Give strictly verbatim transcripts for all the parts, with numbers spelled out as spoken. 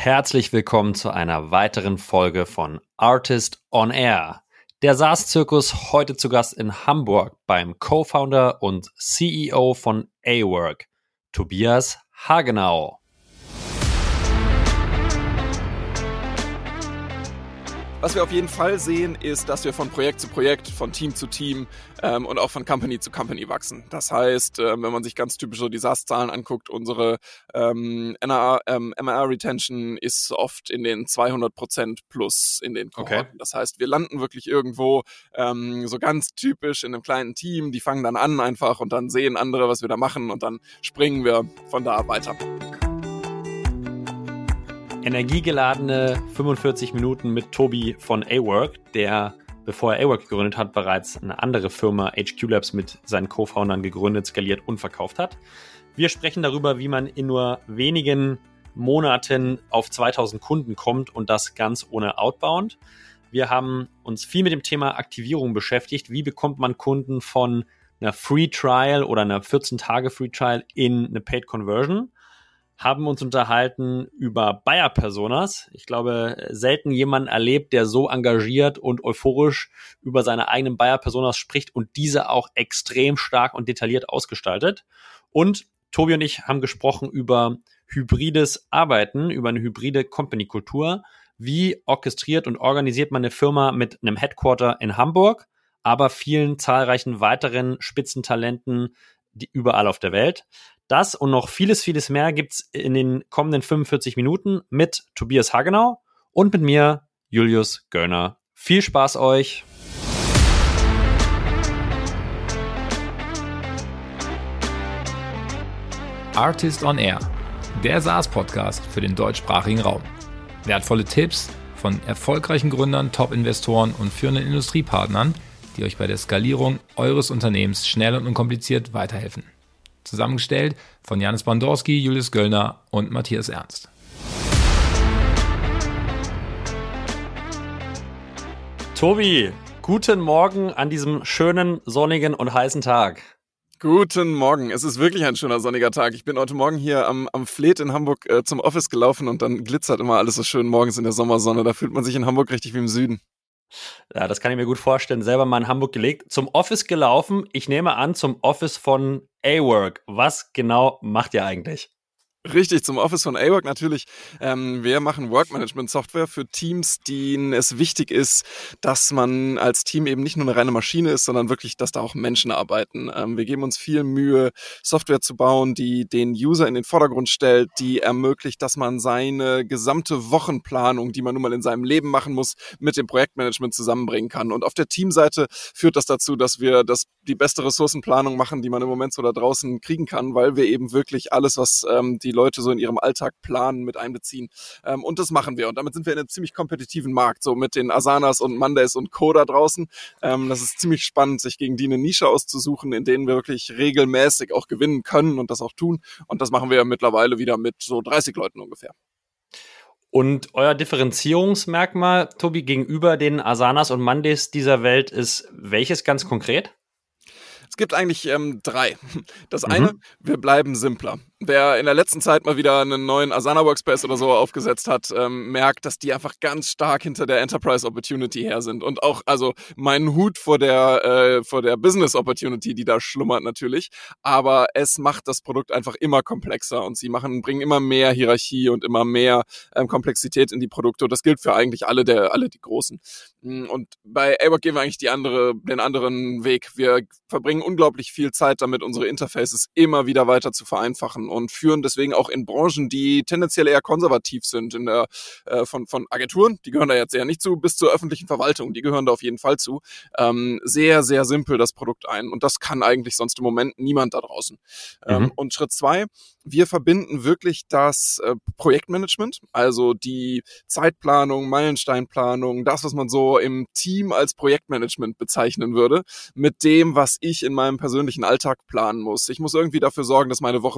herzlich willkommen zu einer weiteren Folge von Artist on Air. Der SaaS-Zirkus heute zu Gast in Hamburg beim Co-Founder und C E O von A-Work, Tobias Hagenau. Was wir auf jeden Fall sehen, ist, dass wir von Projekt zu Projekt, von Team zu Team ähm, und auch von Company zu Company wachsen. Das heißt, äh, wenn man sich ganz typisch so die SaaS-Zahlen anguckt, unsere ähm, N R, ähm, M R R-Retention ist oft in den zweihundert Prozent plus in den Kohorten. Okay. Das heißt, wir landen wirklich irgendwo ähm, so ganz typisch in einem kleinen Team. Die fangen dann an einfach und dann sehen andere, was wir da machen und dann springen wir von da weiter. Energiegeladene fünfundvierzig Minuten mit Tobi von A-Work, der, bevor er A-Work gegründet hat, bereits eine andere Firma, H Q Labs, mit seinen Co-Foundern gegründet, skaliert und verkauft hat. Wir sprechen darüber, wie man in nur wenigen Monaten auf zweitausend Kunden kommt und das ganz ohne Outbound. Wir haben uns viel mit dem Thema Aktivierung beschäftigt. Wie bekommt man Kunden von einer Free Trial oder einer vierzehn Tage Free Trial in eine Paid Conversion? Haben uns unterhalten über Buyer-Personas. Ich glaube, selten jemanden erlebt, der so engagiert und euphorisch über seine eigenen Buyer-Personas spricht und diese auch extrem stark und detailliert ausgestaltet. Und Tobi und ich haben gesprochen über hybrides Arbeiten, über eine hybride Company-Kultur. Wie orchestriert und organisiert man eine Firma mit einem Headquarter in Hamburg, aber vielen zahlreichen weiteren Spitzentalenten die überall auf der Welt. Das und noch vieles, vieles mehr gibt's in den kommenden fünfundvierzig Minuten mit Tobias Hagenau und mit mir, Julius Göllner. Viel Spaß euch! Artist on Air, der SaaS-Podcast für den deutschsprachigen Raum. Wertvolle Tipps von erfolgreichen Gründern, Top-Investoren und führenden Industriepartnern, die euch bei der Skalierung eures Unternehmens schnell und unkompliziert weiterhelfen. Zusammengestellt von Janis Bandorski, Julius Göllner und Matthias Ernst. Tobi, guten Morgen an diesem schönen, sonnigen und heißen Tag. Guten Morgen, es ist wirklich ein schöner sonniger Tag. Ich bin heute Morgen hier am, am Fleet in Hamburg äh, zum Office gelaufen und dann glitzert immer alles so schön morgens in der Sommersonne. Da fühlt man sich in Hamburg richtig wie im Süden. Ja, das kann ich mir gut vorstellen. Selber mal in Hamburg gelegt. Zum Office gelaufen. Ich nehme an, zum Office von A-Work. Was genau macht ihr eigentlich? Richtig, zum Office von A-Work natürlich. Ähm, wir machen Work-Management-Software für Teams, denen es wichtig ist, dass man als Team eben nicht nur eine reine Maschine ist, sondern wirklich, dass da auch Menschen arbeiten. Ähm, wir geben uns viel Mühe, Software zu bauen, die den User in den Vordergrund stellt, die ermöglicht, dass man seine gesamte Wochenplanung, die man nun mal in seinem Leben machen muss, mit dem Projektmanagement zusammenbringen kann. Und auf der Teamseite führt das dazu, dass wir das, die beste Ressourcenplanung machen, die man im Moment so da draußen kriegen kann, weil wir eben wirklich alles, was ähm, die Leute so in ihrem Alltag planen, mit einbeziehen. Ähm, und das machen wir. Und damit sind wir in einem ziemlich kompetitiven Markt, so mit den Asanas und Mondays und Co. da draußen. Ähm, das ist ziemlich spannend, sich gegen die eine Nische auszusuchen, in denen wir wirklich regelmäßig auch gewinnen können und das auch tun. Und das machen wir mittlerweile wieder mit so dreißig Leuten ungefähr. Und euer Differenzierungsmerkmal, Tobi, gegenüber den Asanas und Mondays dieser Welt ist welches ganz konkret? Es gibt eigentlich ähm, drei. Das eine, mhm. wir bleiben simpler. Wer in der letzten Zeit mal wieder einen neuen Asana Workspace oder so aufgesetzt hat, ähm, merkt, dass die einfach ganz stark hinter der Enterprise Opportunity her sind. Und auch, also meinen Hut vor der, äh, vor der Business Opportunity, die da schlummert natürlich. Aber es macht das Produkt einfach immer komplexer und sie machen, bringen immer mehr Hierarchie und immer mehr ähm, Komplexität in die Produkte. Und das gilt für eigentlich alle der, alle die Großen. Und bei A-Work gehen wir eigentlich die andere, den anderen Weg. Wir verbringen unglaublich viel Zeit damit, unsere Interfaces immer wieder weiter zu vereinfachen und führen deswegen auch in Branchen, die tendenziell eher konservativ sind, in der äh, von von Agenturen, die gehören da jetzt eher nicht zu, bis zur öffentlichen Verwaltung, die gehören da auf jeden Fall zu, ähm, sehr, sehr simpel das Produkt ein. Und das kann eigentlich sonst im Moment niemand da draußen. Mhm. Ähm, und Schritt zwei, wir verbinden wirklich das äh, Projektmanagement, also die Zeitplanung, Meilensteinplanung, das, was man so im Team als Projektmanagement bezeichnen würde, mit dem, was ich in meinem persönlichen Alltag planen muss. Ich muss irgendwie dafür sorgen, dass meine Woche funktioniert.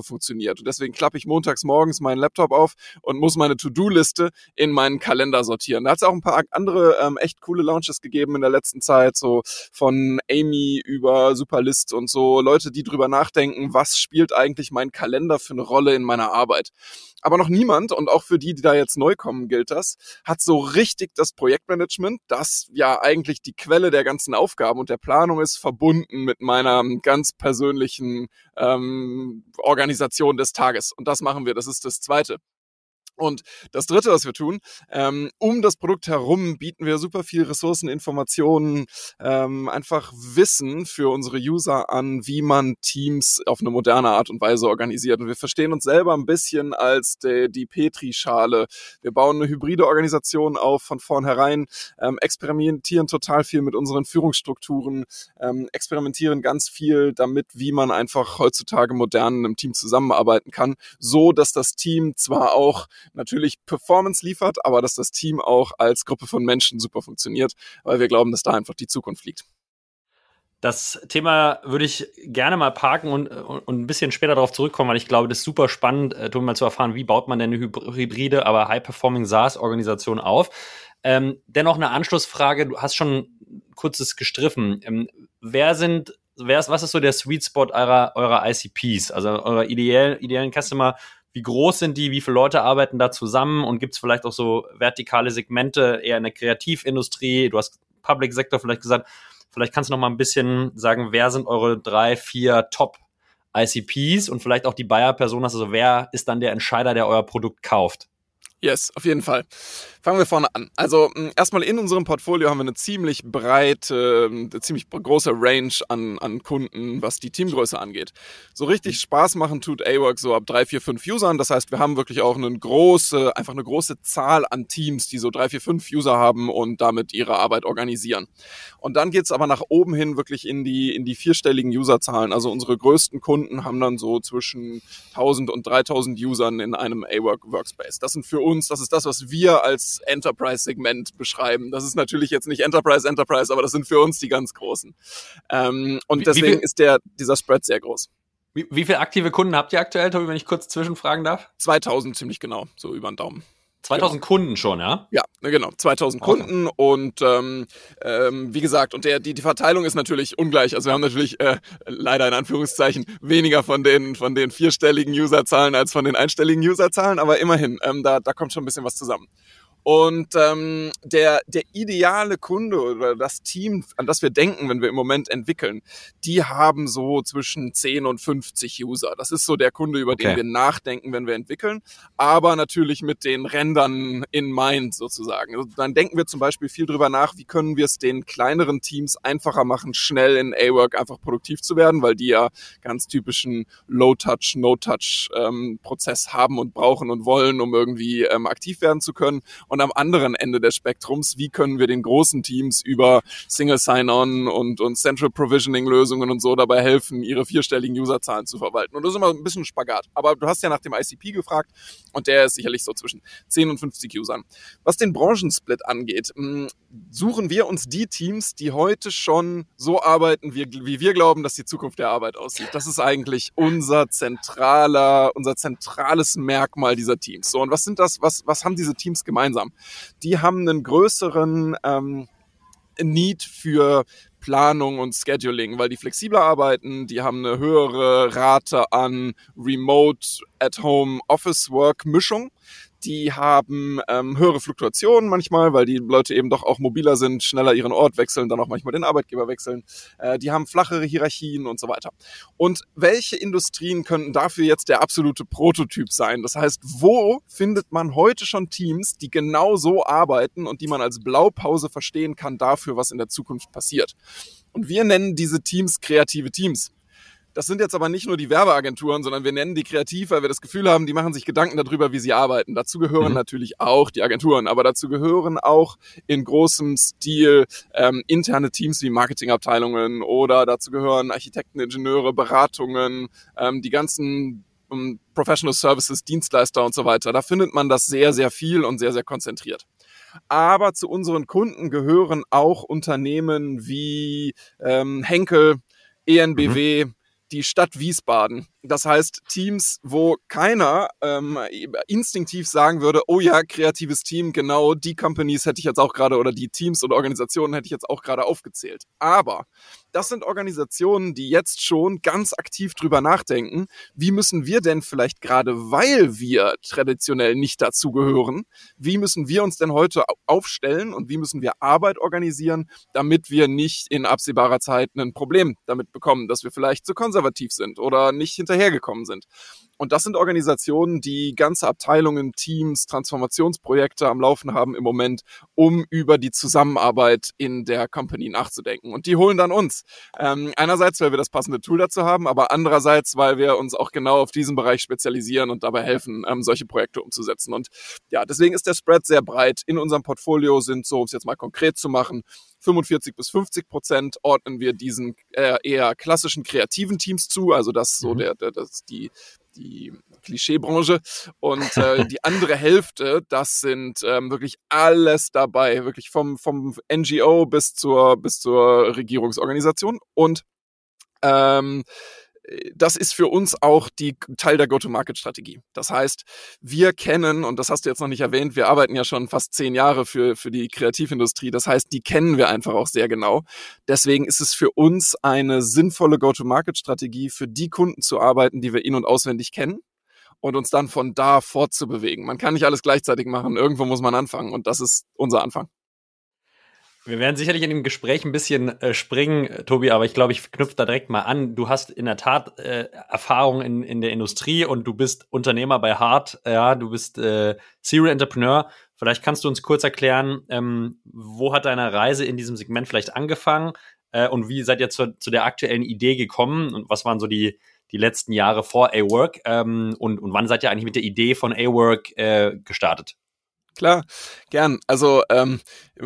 definiert. Und deswegen klappe ich montags morgens meinen Laptop auf und muss meine To-Do-Liste in meinen Kalender sortieren. Da hat es auch ein paar andere ähm, echt coole Launches gegeben in der letzten Zeit, so von Amy über Superlist und so. Leute, die drüber nachdenken, was spielt eigentlich mein Kalender für eine Rolle in meiner Arbeit. Aber noch niemand, und auch für die, die da jetzt neu kommen, gilt das, hat so richtig das Projektmanagement, das ja eigentlich die Quelle der ganzen Aufgaben und der Planung ist, verbunden mit meiner ganz persönlichen ähm, Organisation des Tages. Und das machen wir, das ist das Zweite. Und das Dritte, was wir tun, ähm, um das Produkt herum bieten wir super viel Ressourcen, Informationen, ähm, einfach Wissen für unsere User an, wie man Teams auf eine moderne Art und Weise organisiert. Und wir verstehen uns selber ein bisschen als die, die Petrischale. Wir bauen eine hybride Organisation auf von vornherein, ähm, experimentieren total viel mit unseren Führungsstrukturen, ähm, experimentieren ganz viel damit, wie man einfach heutzutage modern in einem Team zusammenarbeiten kann, so dass das Team zwar auch natürlich Performance liefert, aber dass das Team auch als Gruppe von Menschen super funktioniert, weil wir glauben, dass da einfach die Zukunft liegt. Das Thema würde ich gerne mal parken und, und, und ein bisschen später darauf zurückkommen, weil ich glaube, das ist super spannend, äh, mal zu erfahren, wie baut man denn eine hybride, aber high-performing SaaS-Organisation auf. Ähm, dennoch eine Anschlussfrage, du hast schon kurzes gestriffen. Ähm, wer sind, wer ist, was ist so der Sweet Spot eurer, eurer I C Ps, also eurer ideellen, ideellen Customer? Wie groß sind die? Wie viele Leute arbeiten da zusammen? Und gibt es vielleicht auch so vertikale Segmente, eher in der Kreativindustrie? Du hast Public Sector vielleicht gesagt. Vielleicht kannst du noch mal ein bisschen sagen, wer sind eure drei, vier Top-I C Ps und vielleicht auch die Buyer-Personas, also wer ist dann der Entscheider, der euer Produkt kauft? Yes, auf jeden Fall. Fangen wir vorne an. Also erstmal in unserem Portfolio haben wir eine ziemlich breite, eine ziemlich große Range an, an Kunden, was die Teamgröße angeht. So richtig Spaß machen tut A-Work so ab drei, vier, fünf Usern. Das heißt, wir haben wirklich auch eine große, einfach eine große Zahl an Teams, die so drei, vier, fünf User haben und damit ihre Arbeit organisieren. Und dann geht's aber nach oben hin wirklich in die, in die vierstelligen Userzahlen. Also unsere größten Kunden haben dann so zwischen tausend und dreitausend Usern in einem A-Work Workspace. Das sind für uns, das ist das, was wir als Enterprise-Segment beschreiben. Das ist natürlich jetzt nicht Enterprise, Enterprise, aber das sind für uns die ganz großen. Ähm, und wie, deswegen wie viel, ist der, dieser Spread sehr groß. Wie, wie viele aktive Kunden habt ihr aktuell, Tobi, wenn ich kurz zwischenfragen darf? zweitausend ziemlich genau, so über den Daumen. zweitausend genau. Kunden schon, ja? Ja, genau, zweitausend okay. Kunden und ähm, ähm, wie gesagt, und der, die, die Verteilung ist natürlich ungleich. Also wir haben natürlich äh, leider in Anführungszeichen weniger von den, von den vierstelligen Userzahlen als von den einstelligen Userzahlen, aber immerhin, ähm, da, da kommt schon ein bisschen was zusammen. Und ähm, der, der ideale Kunde oder das Team, an das wir denken, wenn wir im Moment entwickeln, die haben so zwischen zehn und fünfzig User. Das ist so der Kunde, über okay. den wir nachdenken, wenn wir entwickeln, aber natürlich mit den Rändern in mind sozusagen. Also dann denken wir zum Beispiel viel drüber nach, wie können wir es den kleineren Teams einfacher machen, schnell in A-Work einfach produktiv zu werden, weil die ja ganz typischen Low-Touch, No-Touch-Prozess ähm, haben und brauchen und wollen, um irgendwie ähm, aktiv werden zu können. Und am anderen Ende des Spektrums, wie können wir den großen Teams über Single Sign-On und, und Central Provisioning-Lösungen und so dabei helfen, ihre vierstelligen Userzahlen zu verwalten. Und das ist immer ein bisschen Spagat. Aber du hast ja nach dem I C P gefragt und der ist sicherlich so zwischen zehn und fünfzig Usern. Was den Branchensplit angeht, mh, suchen wir uns die Teams, die heute schon so arbeiten, wie, wie wir glauben, dass die Zukunft der Arbeit aussieht. Das ist eigentlich unser zentraler, unser zentrales Merkmal dieser Teams. So, und was sind das, was, was haben diese Teams gemeinsam? Die haben einen größeren ähm, Need für Planung und Scheduling, weil die flexibler arbeiten, die haben eine höhere Rate an Remote-at-Home-Office-Work-Mischung. Die haben ähm, höhere Fluktuationen manchmal, weil die Leute eben doch auch mobiler sind, schneller ihren Ort wechseln, dann auch manchmal den Arbeitgeber wechseln. Äh, die haben flachere Hierarchien und so weiter. Und welche Industrien könnten dafür jetzt der absolute Prototyp sein? Das heißt, wo findet man heute schon Teams, die genau so arbeiten und die man als Blaupause verstehen kann dafür, was in der Zukunft passiert? Und wir nennen diese Teams kreative Teams. Das sind jetzt aber nicht nur die Werbeagenturen, sondern wir nennen die kreativ, weil wir das Gefühl haben, die machen sich Gedanken darüber, wie sie arbeiten. Dazu gehören mhm. natürlich auch die Agenturen, aber dazu gehören auch in großem Stil ähm, interne Teams wie Marketingabteilungen oder dazu gehören Architekten, Ingenieure, Beratungen, ähm, die ganzen ähm, Professional Services, Dienstleister und so weiter. Da findet man das sehr, sehr viel und sehr, sehr konzentriert. Aber zu unseren Kunden gehören auch Unternehmen wie ähm, Henkel, E N B W, mhm. die Stadt Wiesbaden, Das heißt, Teams, wo keiner ähm, instinktiv sagen würde, oh ja, kreatives Team, genau die Companies hätte ich jetzt auch gerade oder die Teams oder Organisationen hätte ich jetzt auch gerade aufgezählt. Aber das sind Organisationen, die jetzt schon ganz aktiv drüber nachdenken, wie müssen wir denn vielleicht gerade, weil wir traditionell nicht dazugehören, wie müssen wir uns denn heute aufstellen und wie müssen wir Arbeit organisieren, damit wir nicht in absehbarer Zeit ein Problem damit bekommen, dass wir vielleicht zu konservativ sind oder nicht hinterhergekommen sind. Und das sind Organisationen, die ganze Abteilungen, Teams, Transformationsprojekte am Laufen haben im Moment, um über die Zusammenarbeit in der Company nachzudenken. Und die holen dann uns. Ähm, einerseits, weil wir das passende Tool dazu haben, aber andererseits, weil wir uns auch genau auf diesen Bereich spezialisieren und dabei helfen, ähm, solche Projekte umzusetzen. Und ja, deswegen ist der Spread sehr breit. In unserem Portfolio sind, so um es jetzt mal konkret zu machen, fünfundvierzig bis fünfzig Prozent ordnen wir diesen äh, eher klassischen kreativen Teams zu. Also das so Mhm. der, der das die die Klischeebranche und äh, die andere Hälfte, das sind ähm, wirklich alles dabei, wirklich vom vom N G O bis zur bis zur Regierungsorganisation und ähm, das ist für uns auch die Teil der Go-to-Market-Strategie. Das heißt, wir kennen, und das hast du jetzt noch nicht erwähnt, wir arbeiten ja schon fast zehn Jahre für, für die Kreativindustrie. Das heißt, die kennen wir einfach auch sehr genau. Deswegen ist es für uns eine sinnvolle Go-to-Market-Strategie, für die Kunden zu arbeiten, die wir in- und auswendig kennen und uns dann von da fortzubewegen. Man kann nicht alles gleichzeitig machen. Irgendwo muss man anfangen und das ist unser Anfang. Wir werden sicherlich in dem Gespräch ein bisschen äh, springen, Tobi, aber ich glaube, ich knüpfe da direkt mal an. Du hast in der Tat äh, Erfahrung in, in der Industrie und du bist Unternehmer bei Hart, ja, du bist äh, Serial Entrepreneur. Vielleicht kannst du uns kurz erklären, ähm, wo hat deine Reise in diesem Segment vielleicht angefangen äh, und wie seid ihr zu, zu der aktuellen Idee gekommen und was waren so die, die letzten Jahre vor A-Work ähm, und, und wann seid ihr eigentlich mit der Idee von A-Work äh, gestartet? Klar, gern. Also ähm,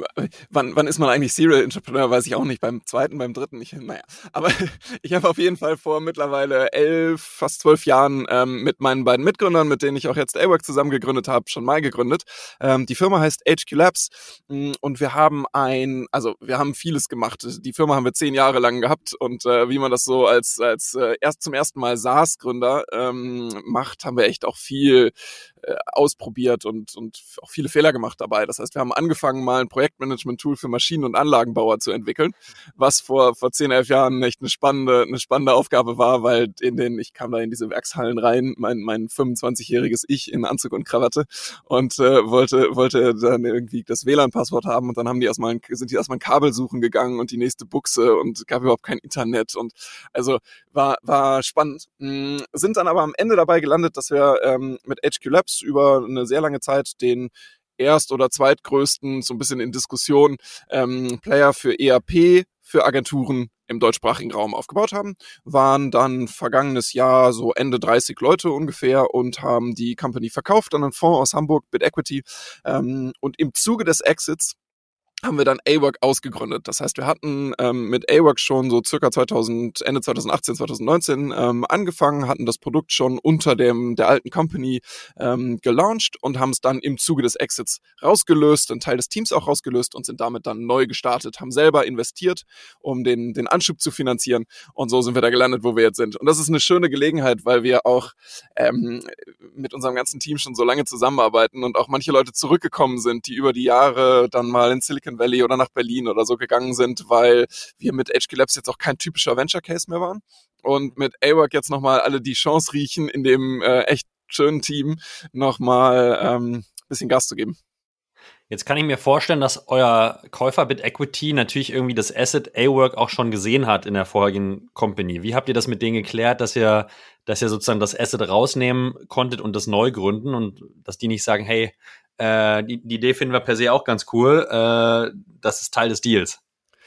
wann, wann ist man eigentlich Serial Entrepreneur, weiß ich auch nicht. Beim zweiten, beim dritten, ich, naja. Aber ich habe auf jeden Fall vor mittlerweile elf, fast zwölf Jahren ähm, mit meinen beiden Mitgründern, mit denen ich auch jetzt A-Work zusammen gegründet habe, schon mal gegründet. Ähm, die Firma heißt H Q Labs und wir haben ein, also wir haben vieles gemacht. Die Firma haben wir zehn Jahre lang gehabt und äh, wie man das so als als äh, erst zum ersten Mal SaaS-Gründer ähm, macht, haben wir echt auch viel äh, ausprobiert und und auch viele Fehler gemacht dabei. Das heißt, wir haben angefangen, mal ein Projektmanagement-Tool für Maschinen- und Anlagenbauer zu entwickeln, was vor vor zehn, elf Jahren echt eine spannende eine spannende Aufgabe war, weil in den ich kam da in diese Werkshallen rein, mein mein fünfundzwanzigjähriges Ich in Anzug und Krawatte und äh, wollte wollte dann irgendwie das W L A N-Passwort haben und dann haben die erstmal ein, sind die erstmal ein Kabel suchen gegangen und die nächste Buchse und gab überhaupt kein Internet und also war war spannend. Mhm, sind dann aber am Ende dabei gelandet, dass wir ähm, mit H Q Labs über eine sehr lange Zeit den erst- oder zweitgrößten, so ein bisschen in Diskussion, ähm, Player für E R P, für Agenturen im deutschsprachigen Raum aufgebaut haben, waren dann vergangenes Jahr so Ende dreißig Leute ungefähr und haben die Company verkauft an einen Fonds aus Hamburg, BitEquity. Ähm, und im Zuge des Exits haben wir dann A-Work ausgegründet. Das heißt, wir hatten ähm, mit A-Work schon so circa zweitausend, Ende zweitausendachtzehn, zweitausendneunzehn ähm, angefangen, hatten das Produkt schon unter dem der alten Company ähm, gelauncht und haben es dann im Zuge des Exits rausgelöst, einen Teil des Teams auch rausgelöst und sind damit dann neu gestartet, haben selber investiert, um den den Anschub zu finanzieren und so sind wir da gelandet, wo wir jetzt sind. Und das ist eine schöne Gelegenheit, weil wir auch ähm, mit unserem ganzen Team schon so lange zusammenarbeiten und auch manche Leute zurückgekommen sind, die über die Jahre dann mal in Silicon Valley oder nach Berlin oder so gegangen sind, weil wir mit H Q Labs jetzt auch kein typischer Venture Case mehr waren und mit A-Work jetzt nochmal alle die Chance riechen, in dem äh, echt schönen Team nochmal ähm, ein bisschen Gas zu geben. Jetzt kann ich mir vorstellen, dass euer Käufer BitEquity natürlich irgendwie das Asset A-Work auch schon gesehen hat in der vorherigen Company. Wie habt ihr das mit denen geklärt, dass ihr, dass ihr sozusagen das Asset rausnehmen konntet und das neu gründen und dass die nicht sagen, hey, äh, die, die Idee finden wir per se auch ganz cool, äh, das ist Teil des Deals.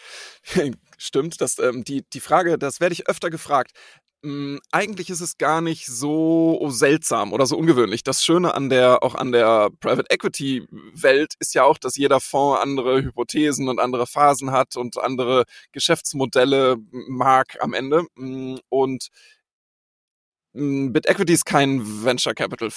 Stimmt, das, ähm, die, die Frage, das werde ich öfter gefragt. Mm, eigentlich ist es gar nicht so seltsam oder so ungewöhnlich. Das Schöne an der, auch an der Private Equity Welt ist ja auch, dass jeder Fonds andere Hypothesen und andere Phasen hat und andere Geschäftsmodelle mag am Ende. Und BitEquity ist kein Venture Capital Fonds.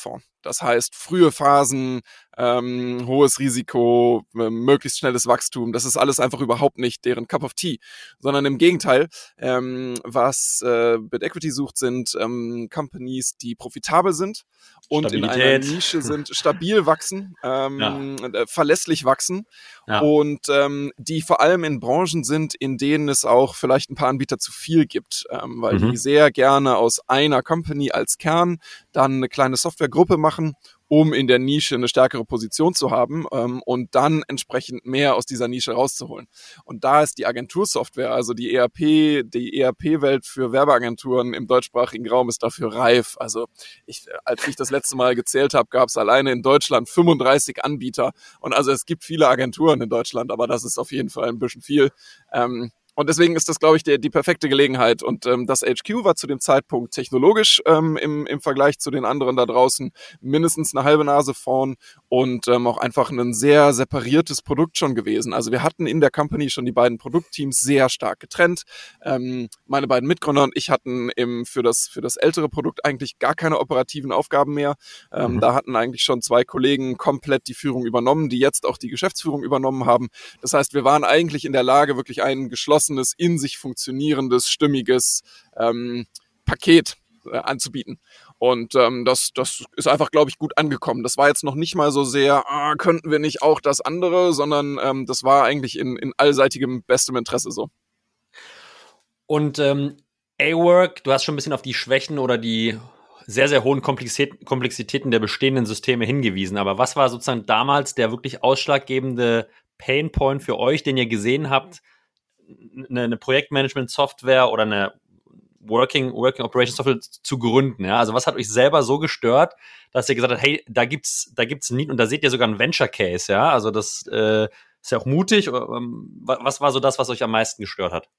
Das heißt, frühe Phasen, ähm, hohes Risiko, äh, möglichst schnelles Wachstum, das ist alles einfach überhaupt nicht deren Cup of Tea, sondern im Gegenteil, ähm, was äh, BitEquity sucht, sind ähm, Companies, die profitabel sind und in einer Nische sind, stabil wachsen, ähm, ja. äh, verlässlich wachsen ja. und ähm, die vor allem in Branchen sind, in denen es auch vielleicht ein paar Anbieter zu viel gibt, ähm, weil mhm. die sehr gerne aus einer Company als Kern dann eine kleine Softwaregruppe machen, um in der Nische eine stärkere Position zu haben ähm, und dann entsprechend mehr aus dieser Nische rauszuholen. Und da ist die Agentursoftware, also die E R P, die E R P-Welt für Werbeagenturen im deutschsprachigen Raum ist dafür reif. Also ich, als ich das letzte Mal gezählt habe, gab es alleine in Deutschland fünfunddreißig Anbieter. Und also es gibt viele Agenturen in Deutschland, aber das ist auf jeden Fall ein bisschen viel. Ähm, Und deswegen ist das, glaube ich, die, die perfekte Gelegenheit. Und ähm, das H Q war zu dem Zeitpunkt technologisch ähm, im, im Vergleich zu den anderen da draußen mindestens eine halbe Nase vorn und ähm, auch einfach ein sehr separiertes Produkt schon gewesen. Also wir hatten in der Company schon die beiden Produktteams sehr stark getrennt. Ähm, meine beiden Mitgründer und ich hatten im, für das für das ältere Produkt eigentlich gar keine operativen Aufgaben mehr. Ähm, mhm. Da hatten eigentlich schon zwei Kollegen komplett die Führung übernommen, die jetzt auch die Geschäftsführung übernommen haben. Das heißt, wir waren eigentlich in der Lage, wirklich einen geschlossenen in sich funktionierendes, stimmiges ähm, Paket äh, anzubieten. Und ähm, das, das ist einfach, glaube ich, gut angekommen. Das war jetzt noch nicht mal so sehr, ah, könnten wir nicht auch das andere, sondern ähm, das war eigentlich in, in allseitigem bestem Interesse so. Und ähm, A-Work, du hast schon ein bisschen auf die Schwächen oder die sehr, sehr hohen Komplexitäten der bestehenden Systeme hingewiesen. Aber was war sozusagen damals der wirklich ausschlaggebende Painpoint für euch, den ihr gesehen habt, eine, eine Projektmanagement-Software oder eine Working, Working Operations Software zu gründen? Ja? Also was hat euch selber so gestört, dass ihr gesagt habt, hey, da gibt's, da gibt's ein Need und da seht ihr sogar einen Venture Case, ja? Also das äh, ist ja auch mutig. Ähm, was war so das, was euch am meisten gestört hat?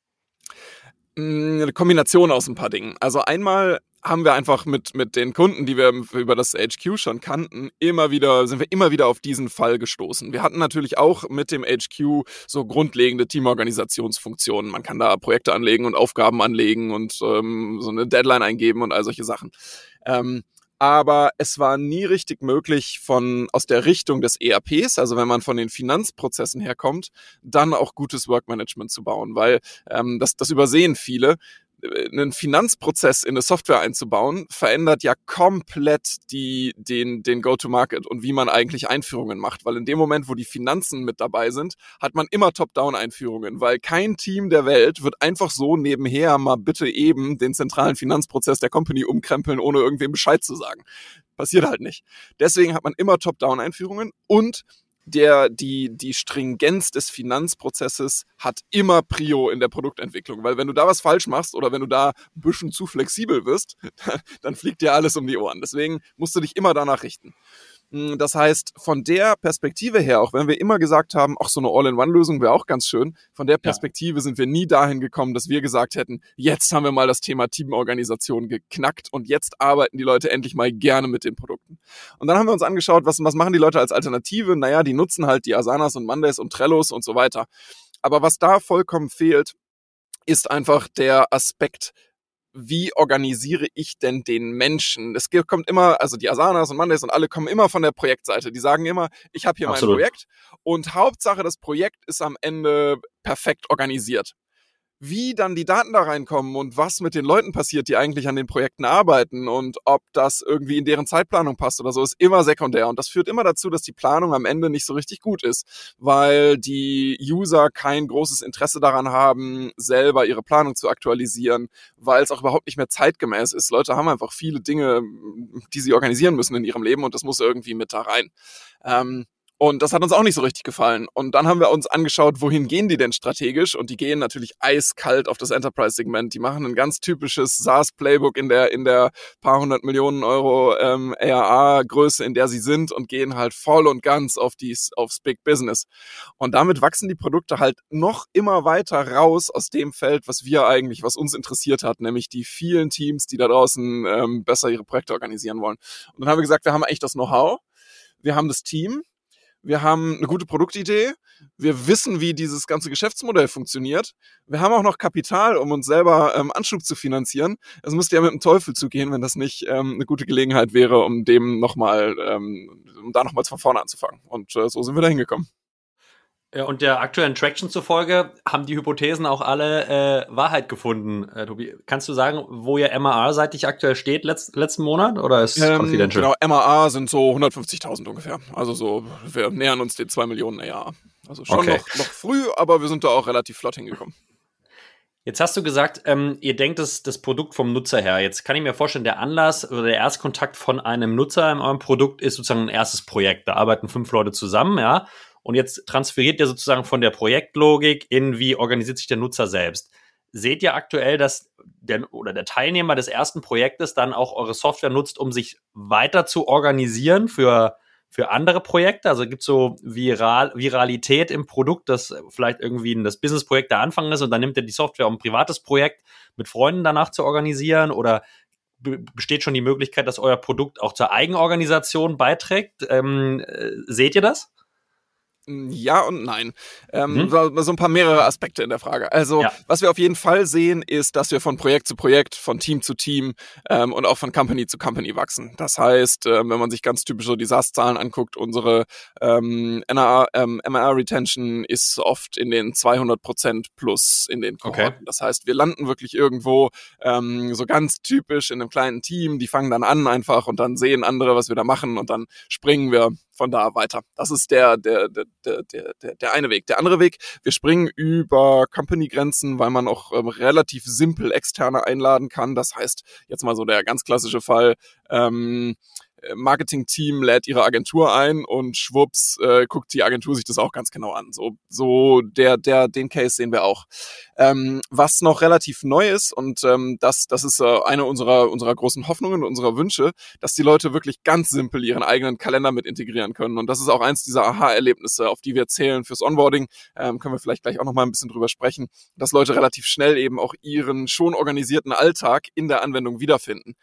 Eine Kombination aus ein paar Dingen. Also einmal haben wir einfach mit, mit den Kunden, die wir über das H Q schon kannten, immer wieder, sind wir immer wieder auf diesen Fall gestoßen. Wir hatten natürlich auch mit dem H Q so grundlegende Teamorganisationsfunktionen. Man kann da Projekte anlegen und Aufgaben anlegen und ähm, so eine Deadline eingeben und all solche Sachen. Ähm, aber es war nie richtig möglich, von aus der Richtung des E R Ps, also wenn man von den Finanzprozessen herkommt, dann auch gutes Workmanagement zu bauen, weil ähm, das, das übersehen viele. Einen Finanzprozess in eine Software einzubauen, verändert ja komplett die, den, den Go-to-Market und wie man eigentlich Einführungen macht. Weil in dem Moment, wo die Finanzen mit dabei sind, hat man immer Top-Down-Einführungen, weil kein Team der Welt wird einfach so nebenher mal bitte eben den zentralen Finanzprozess der Company umkrempeln, ohne irgendwem Bescheid zu sagen. Passiert halt nicht. Deswegen hat man immer Top-Down-Einführungen und Der, die, die Stringenz des Finanzprozesses hat immer Prio in der Produktentwicklung, weil wenn du da was falsch machst oder wenn du da ein bisschen zu flexibel wirst, dann fliegt dir alles um die Ohren. Deswegen musst du dich immer danach richten. Das heißt, von der Perspektive her, auch wenn wir immer gesagt haben, ach, so eine All-in-One-Lösung wäre auch ganz schön, von der Perspektive ja. sind wir nie dahin gekommen, dass wir gesagt hätten, jetzt haben wir mal das Thema Teamorganisation geknackt und jetzt arbeiten die Leute endlich mal gerne mit den Produkten. Und dann haben wir uns angeschaut, was, was machen die Leute als Alternative? Naja, die nutzen halt die Asanas und Mondays und Trellos und so weiter. Aber was da vollkommen fehlt, ist einfach der Aspekt, wie organisiere ich denn den Menschen? Es kommt immer, also die Asanas und Mondays und alle kommen immer von der Projektseite. Die sagen immer, ich habe hier Absolut. mein Projekt und Hauptsache das Projekt ist am Ende perfekt organisiert. Wie dann die Daten da reinkommen und was mit den Leuten passiert, die eigentlich an den Projekten arbeiten und ob das irgendwie in deren Zeitplanung passt oder so, ist immer sekundär. Und das führt immer dazu, dass die Planung am Ende nicht so richtig gut ist, weil die User kein großes Interesse daran haben, selber ihre Planung zu aktualisieren, weil es auch überhaupt nicht mehr zeitgemäß ist. Leute haben einfach viele Dinge, die sie organisieren müssen in ihrem Leben und das muss irgendwie mit da rein. Ähm, Und das hat uns auch nicht so richtig gefallen. Und dann haben wir uns angeschaut, wohin gehen die denn strategisch? Und die gehen natürlich eiskalt auf das Enterprise-Segment. Die machen ein ganz typisches SaaS-Playbook in der in der paar hundert Millionen Euro ähm, A R A-Größe, in der sie sind und gehen halt voll und ganz auf dies, aufs Big Business. Und damit wachsen die Produkte halt noch immer weiter raus aus dem Feld, was wir eigentlich, was uns interessiert hat, nämlich die vielen Teams, die da draußen ähm, besser ihre Projekte organisieren wollen. Und dann haben wir gesagt, wir haben eigentlich das Know-how, wir haben das Team. wir haben eine gute Produktidee, wir wissen, wie dieses ganze Geschäftsmodell funktioniert, wir haben auch noch Kapital, um uns selber ähm, Anschub zu finanzieren. Es müsste ja mit dem Teufel zugehen, wenn das nicht ähm, eine gute Gelegenheit wäre, um dem nochmal, ähm, um da nochmals von vorne anzufangen. Und äh, so sind wir da hingekommen. Ja, und der aktuellen Traction zufolge haben die Hypothesen auch alle äh, Wahrheit gefunden. Äh, Tobi, kannst du sagen, wo ihr M A R-seitig aktuell steht letzt, letzten Monat oder ist ähm, confidential? Genau, M A R sind so hundertfünfzigtausend ungefähr. Also so, wir nähern uns den zwei Millionen A R. Also schon okay. noch, noch früh, aber wir sind da auch relativ flott hingekommen. Jetzt hast du gesagt, ähm, ihr denkt das, das Produkt vom Nutzer her. Jetzt kann ich mir vorstellen, der Anlass oder der Erstkontakt von einem Nutzer in eurem Produkt ist sozusagen ein erstes Projekt. Da arbeiten fünf Leute zusammen, ja. Und jetzt transferiert ihr sozusagen von der Projektlogik in, wie organisiert sich der Nutzer selbst. Seht ihr aktuell, dass der oder der Teilnehmer des ersten Projektes dann auch eure Software nutzt, um sich weiter zu organisieren für, für andere Projekte? Also gibt es so Viral, Viralität im Produkt, dass vielleicht irgendwie das Businessprojekt der Anfang ist und dann nimmt ihr die Software, um ein privates Projekt mit Freunden danach zu organisieren? Oder be- besteht schon die Möglichkeit, dass euer Produkt auch zur Eigenorganisation beiträgt? Ähm, äh, seht ihr das? Ja und nein. Ähm, Mhm. so, so ein paar mehrere Aspekte in der Frage. Also, Ja. was wir auf jeden Fall sehen, ist, dass wir von Projekt zu Projekt, von Team zu Team ähm, und auch von Company zu Company wachsen. Das heißt, ähm, wenn man sich ganz typisch so die SaaS-Zahlen anguckt, unsere ähm, N R, ähm, M R R-Retention ist oft in den zweihundert Prozent plus in den Kohorten. Okay. Das heißt, wir landen wirklich irgendwo ähm, so ganz typisch in einem kleinen Team, die fangen dann an einfach und dann sehen andere, was wir da machen und dann springen wir von da weiter. Das ist der, der, der, der, der, der eine Weg. Der andere Weg, wir springen über Company-Grenzen, weil man auch ähm, relativ simpel Externe einladen kann. Das heißt, jetzt mal so der ganz klassische Fall, ähm, Marketing-Team lädt ihre Agentur ein und schwupps äh, guckt die Agentur sich das auch ganz genau an. So, so der, der, den Case sehen wir auch. Ähm, was noch relativ neu ist und ähm, das, das ist äh, eine unserer, unserer großen Hoffnungen, unserer Wünsche, dass die Leute wirklich ganz simpel ihren eigenen Kalender mit integrieren können. Und das ist auch eins dieser Aha-Erlebnisse, auf die wir zählen fürs Onboarding. Ähm, können wir vielleicht gleich auch noch mal ein bisschen drüber sprechen, dass Leute relativ schnell eben auch ihren schon organisierten Alltag in der Anwendung wiederfinden.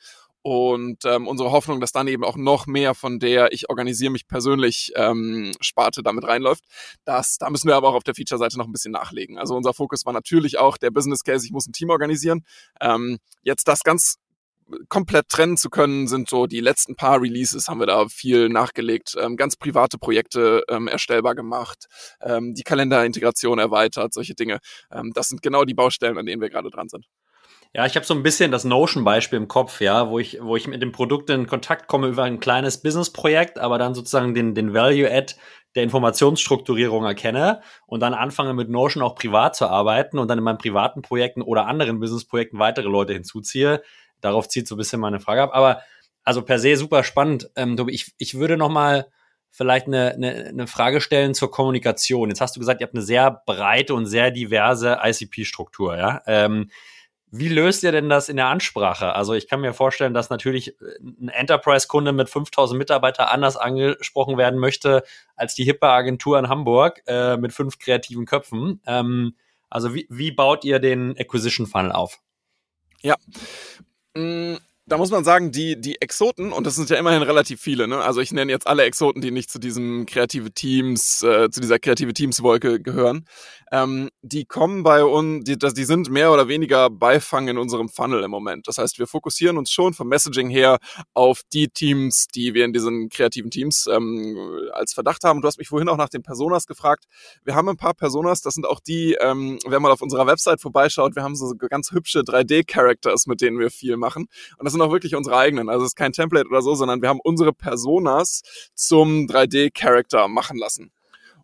Und ähm, unsere Hoffnung, dass dann eben auch noch mehr von der ich organisiere mich persönlich ähm, Sparte damit reinläuft, das, da müssen wir aber auch auf der Feature-Seite noch ein bisschen nachlegen. Also unser Fokus war natürlich auch der Business Case, ich muss ein Team organisieren. Ähm, jetzt das ganz komplett trennen zu können, sind so die letzten paar Releases, haben wir da viel nachgelegt, ähm, ganz private Projekte ähm, erstellbar gemacht, ähm, die Kalenderintegration erweitert, solche Dinge. Ähm, das sind genau die Baustellen, an denen wir gerade dran sind. Ja, ich habe so ein bisschen das Notion-Beispiel im Kopf, ja, wo ich, wo ich mit dem Produkt in Kontakt komme über ein kleines Business-Projekt, aber dann sozusagen den, den Value-Add der Informationsstrukturierung erkenne und dann anfange mit Notion auch privat zu arbeiten und dann in meinen privaten Projekten oder anderen Business-Projekten weitere Leute hinzuziehe. Darauf zieht so ein bisschen meine Frage ab. Aber also per se super spannend. Ähm, ich, ich würde noch mal vielleicht eine, eine, eine Frage stellen zur Kommunikation. Jetzt hast du gesagt, ihr habt eine sehr breite und sehr diverse I C P-Struktur, ja. Ähm, Wie löst ihr denn das in der Ansprache? Also ich kann mir vorstellen, dass natürlich ein Enterprise-Kunde mit fünftausend Mitarbeitern anders angesprochen werden möchte als die hippe Agentur in Hamburg äh, mit fünf kreativen Köpfen. Ähm, also wie, wie baut ihr den Acquisition-Funnel auf? Ja, mm. Da muss man sagen, die, die Exoten, und das sind ja immerhin relativ viele, ne? Also ich nenne jetzt alle Exoten, die nicht zu diesem kreative Teams, äh, zu dieser kreative Teams-Wolke gehören, ähm, die kommen bei uns, die, die sind mehr oder weniger Beifang in unserem Funnel im Moment. Das heißt, wir fokussieren uns schon vom Messaging her auf die Teams, die wir in diesen kreativen Teams ähm, als Verdacht haben. Du hast mich vorhin auch nach den Personas gefragt. Wir haben ein paar Personas, das sind auch die, ähm, wer mal auf unserer Website vorbeischaut, wir haben so ganz hübsche drei D-Characters, mit denen wir viel machen. Und das sind auch wirklich unsere eigenen. Also es ist kein Template oder so, sondern wir haben unsere Personas zum drei D-Character machen lassen.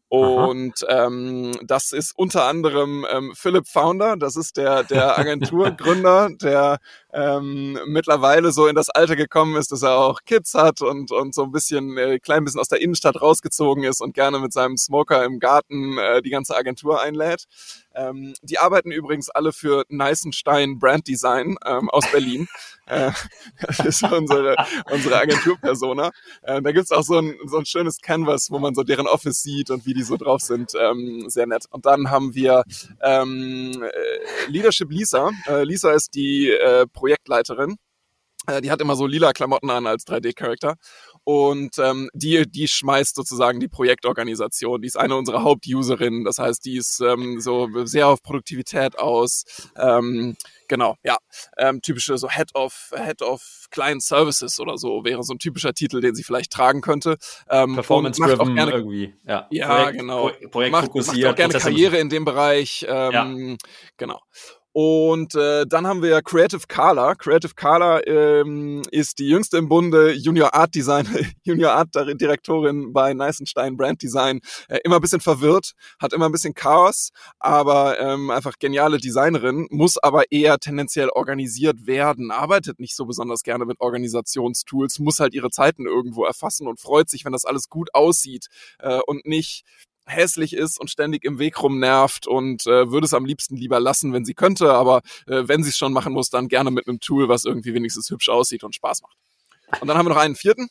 Und ähm, das ist unter anderem ähm, Philipp Founder, das ist der der Agenturgründer, der ähm, mittlerweile so in das Alter gekommen ist, dass er auch Kids hat und und so ein bisschen äh, klein bisschen aus der Innenstadt rausgezogen ist und gerne mit seinem Smoker im Garten äh, die ganze Agentur einlädt. Ähm, die arbeiten übrigens alle für Neißenstein Brand Design ähm, aus Berlin. äh, das ist unsere unsere Agenturpersona. Äh, da gibt's auch so ein so ein schönes Canvas, wo man so deren Office sieht und wie die so drauf sind. Ähm, sehr nett. Und dann haben wir ähm, äh, Leadership Lisa. Äh, Lisa ist die äh, Projektleiterin. Äh, die hat immer so lila Klamotten an als drei D-Charakter. und ähm, die die schmeißt sozusagen die Projektorganisation. Die ist eine unserer Hauptuserinnen, das heißt, die ist ähm, so sehr auf Produktivität aus. Ähm, genau, ja, ähm, typische so Head of Head of Client Services oder so wäre so ein typischer Titel, den sie vielleicht tragen könnte. Ähm, Performance-driven irgendwie, ja. Ja, Projekt, genau. Pro- Projekt macht, fokussiert. macht auch gerne Prozesse Karriere in dem Bereich. Ähm, Ja. Genau. Und äh, dann haben wir Creative Carla. Creative Carla ähm, ist die jüngste im Bunde, Junior Art Design, Junior Art Direktorin bei Neisenstein Brand Design. Äh, immer ein bisschen verwirrt, hat immer ein bisschen Chaos, aber ähm, einfach geniale Designerin, muss aber eher tendenziell organisiert werden, arbeitet nicht so besonders gerne mit Organisationstools, muss halt ihre Zeiten irgendwo erfassen und freut sich, wenn das alles gut aussieht äh, und nicht hässlich ist und ständig im Weg rumnervt und äh, würde es am liebsten lieber lassen, wenn sie könnte, aber äh, wenn sie es schon machen muss, dann gerne mit einem Tool, was irgendwie wenigstens hübsch aussieht und Spaß macht. Und dann haben wir noch einen vierten.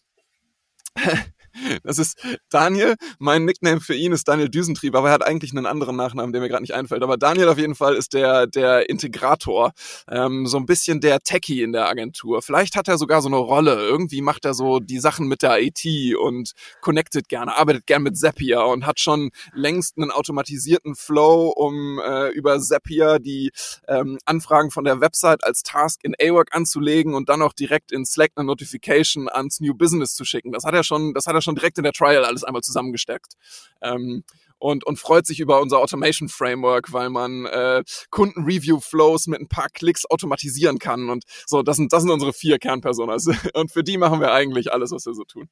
Das ist Daniel. Mein Nickname für ihn ist Daniel Düsentrieb, aber er hat eigentlich einen anderen Nachnamen, der mir gerade nicht einfällt. Aber Daniel auf jeden Fall ist der der Integrator, ähm, so ein bisschen der Techie in der Agentur. Vielleicht hat er sogar so eine Rolle. Irgendwie macht er so die Sachen mit der I T und connectet gerne, arbeitet gern mit Zapier und hat schon längst einen automatisierten Flow, um äh, über Zapier die ähm, Anfragen von der Website als Task in A-Work anzulegen und dann auch direkt in Slack eine Notification ans New Business zu schicken. Das hat er schon, das hat er schon direkt in der Trial alles einmal zusammengesteckt. Ähm, und, und freut sich über unser Automation Framework, weil man äh, Kunden-Review-Flows mit ein paar Klicks automatisieren kann. Und so, das sind, das sind unsere vier Kernpersonas. Und für die machen wir eigentlich alles, was wir so tun.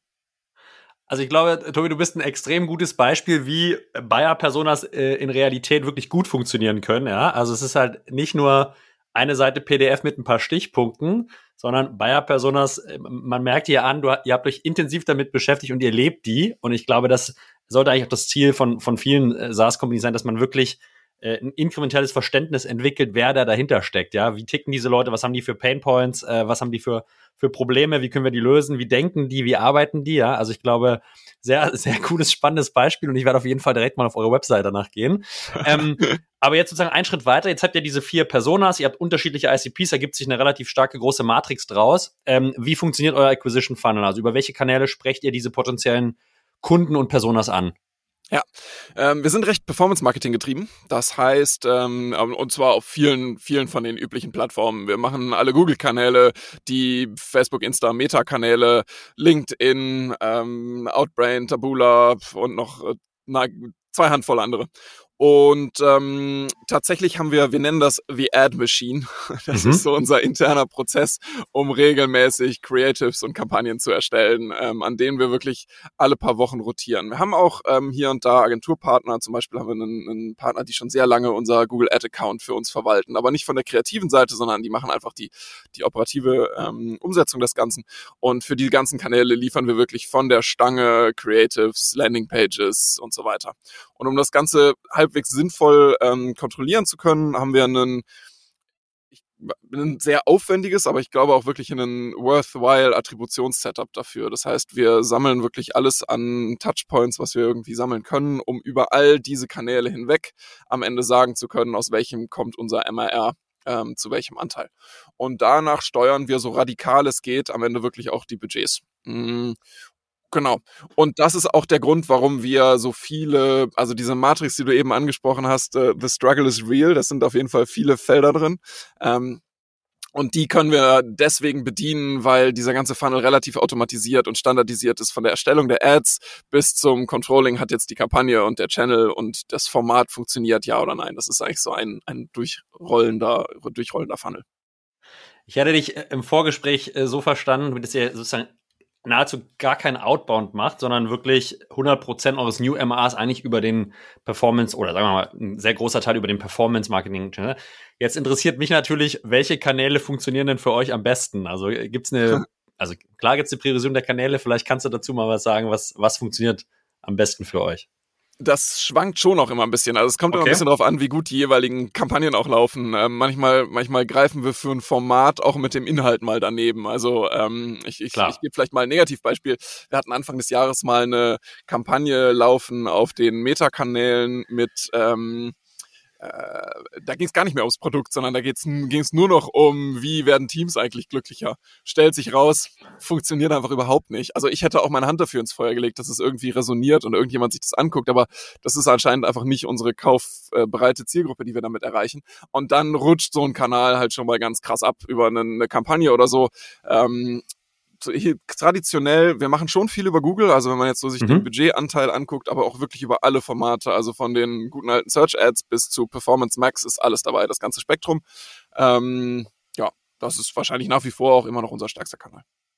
Also ich glaube, Tobi, du bist ein extrem gutes Beispiel, wie Buyer-Personas äh, in Realität wirklich gut funktionieren können. Ja? Also es ist halt nicht nur eine Seite P D F mit ein paar Stichpunkten, sondern Buyer-Personas, man merkt ihr an, du, ihr habt euch intensiv damit beschäftigt und ihr lebt die. Und ich glaube, das sollte eigentlich auch das Ziel von, von vielen äh, SaaS-Companies sein, dass man wirklich äh, ein inkrementelles Verständnis entwickelt, wer da dahinter steckt. Ja, wie ticken diese Leute, was haben die für Painpoints, äh, was haben die für, für Probleme, wie können wir die lösen, wie denken die, wie arbeiten die. Ja, also ich glaube, sehr, sehr cooles, spannendes Beispiel und ich werde auf jeden Fall direkt mal auf eure Website danach gehen. ähm, aber jetzt sozusagen einen Schritt weiter. Jetzt habt ihr diese vier Personas, ihr habt unterschiedliche I C Ps, da gibt sich eine relativ starke große Matrix draus. Ähm, wie funktioniert euer Acquisition Funnel? Also über welche Kanäle sprecht ihr diese potenziellen Kunden und Personas an? Ja, ähm, wir sind recht Performance-Marketing getrieben. Das heißt, ähm, und zwar auf vielen, vielen von den üblichen Plattformen. Wir machen alle Google-Kanäle, die Facebook, Insta, Meta-Kanäle, LinkedIn, ähm, Outbrain, Taboola und noch äh, na, zwei Handvoll andere. Und ähm, tatsächlich haben wir, wir nennen das The Ad Machine. Das mhm. ist so unser interner Prozess, um regelmäßig Creatives und Kampagnen zu erstellen, ähm, an denen wir wirklich alle paar Wochen rotieren. Wir haben auch ähm, hier und da Agenturpartner. Zum Beispiel haben wir einen, einen Partner, die schon sehr lange unser Google Ad Account für uns verwalten. Aber nicht von der kreativen Seite, sondern die machen einfach die, die operative ähm, Umsetzung des Ganzen. Und für die ganzen Kanäle liefern wir wirklich von der Stange Creatives, Landingpages und so weiter. Und um das Ganze halbwegs sinnvoll ähm, kontrollieren zu können, haben wir einen, ein sehr aufwendiges, aber ich glaube auch wirklich einen worthwhile Attributions-Setup dafür. Das heißt, wir sammeln wirklich alles an Touchpoints, was wir irgendwie sammeln können, um über all diese Kanäle hinweg am Ende sagen zu können, aus welchem kommt unser M R R ähm, zu welchem Anteil. Und danach steuern wir so radikal es geht am Ende wirklich auch die Budgets. Mhm. Genau. Und das ist auch der Grund, warum wir so viele, also diese Matrix, die du eben angesprochen hast, uh, the struggle is real, das sind auf jeden Fall viele Felder drin. Ähm, und die können wir deswegen bedienen, weil dieser ganze Funnel relativ automatisiert und standardisiert ist. Von der Erstellung der Ads bis zum Controlling hat jetzt die Kampagne und der Channel und das Format funktioniert, ja oder nein. Das ist eigentlich so ein, ein durchrollender, durchrollender Funnel. Ich hatte dich im Vorgespräch so verstanden, dass ihr sozusagen nahezu gar kein Outbound macht, sondern wirklich hundert Prozent eures New M R Rs eigentlich über den Performance oder sagen wir mal ein sehr großer Teil über den Performance-Marketing-Channel. Jetzt interessiert mich natürlich, welche Kanäle funktionieren denn für euch am besten? Also gibt's eine, also klar gibt's eine Priorisierung der Kanäle, vielleicht kannst du dazu mal was sagen, was, was funktioniert am besten für euch? Das schwankt schon auch immer ein bisschen. Also es kommt okay. immer ein bisschen darauf an, wie gut die jeweiligen Kampagnen auch laufen. Ähm, manchmal, manchmal greifen wir für ein Format auch mit dem Inhalt mal daneben. Also ähm, ich, ich, ich gebe vielleicht mal ein Negativbeispiel. Wir hatten Anfang des Jahres mal eine Kampagne laufen auf den Meta-Kanälen mit ähm, äh, da ging es gar nicht mehr ums Produkt, sondern da ging es nur noch um, wie werden Teams eigentlich glücklicher. Stellt sich raus, funktioniert einfach überhaupt nicht. Also ich hätte auch meine Hand dafür ins Feuer gelegt, dass es irgendwie resoniert und irgendjemand sich das anguckt, aber das ist anscheinend einfach nicht unsere kaufbereite Zielgruppe, die wir damit erreichen. Und dann rutscht so ein Kanal halt schon mal ganz krass ab über eine, eine Kampagne oder so. Ähm, traditionell, wir machen schon viel über Google, also wenn man jetzt so sich mhm. den Budgetanteil anguckt, aber auch wirklich über alle Formate, also von den guten alten Search Ads bis zu Performance Max ist alles dabei, das ganze Spektrum. Ähm, ja, das ist wahrscheinlich nach wie vor auch immer noch unser stärkster Kanal.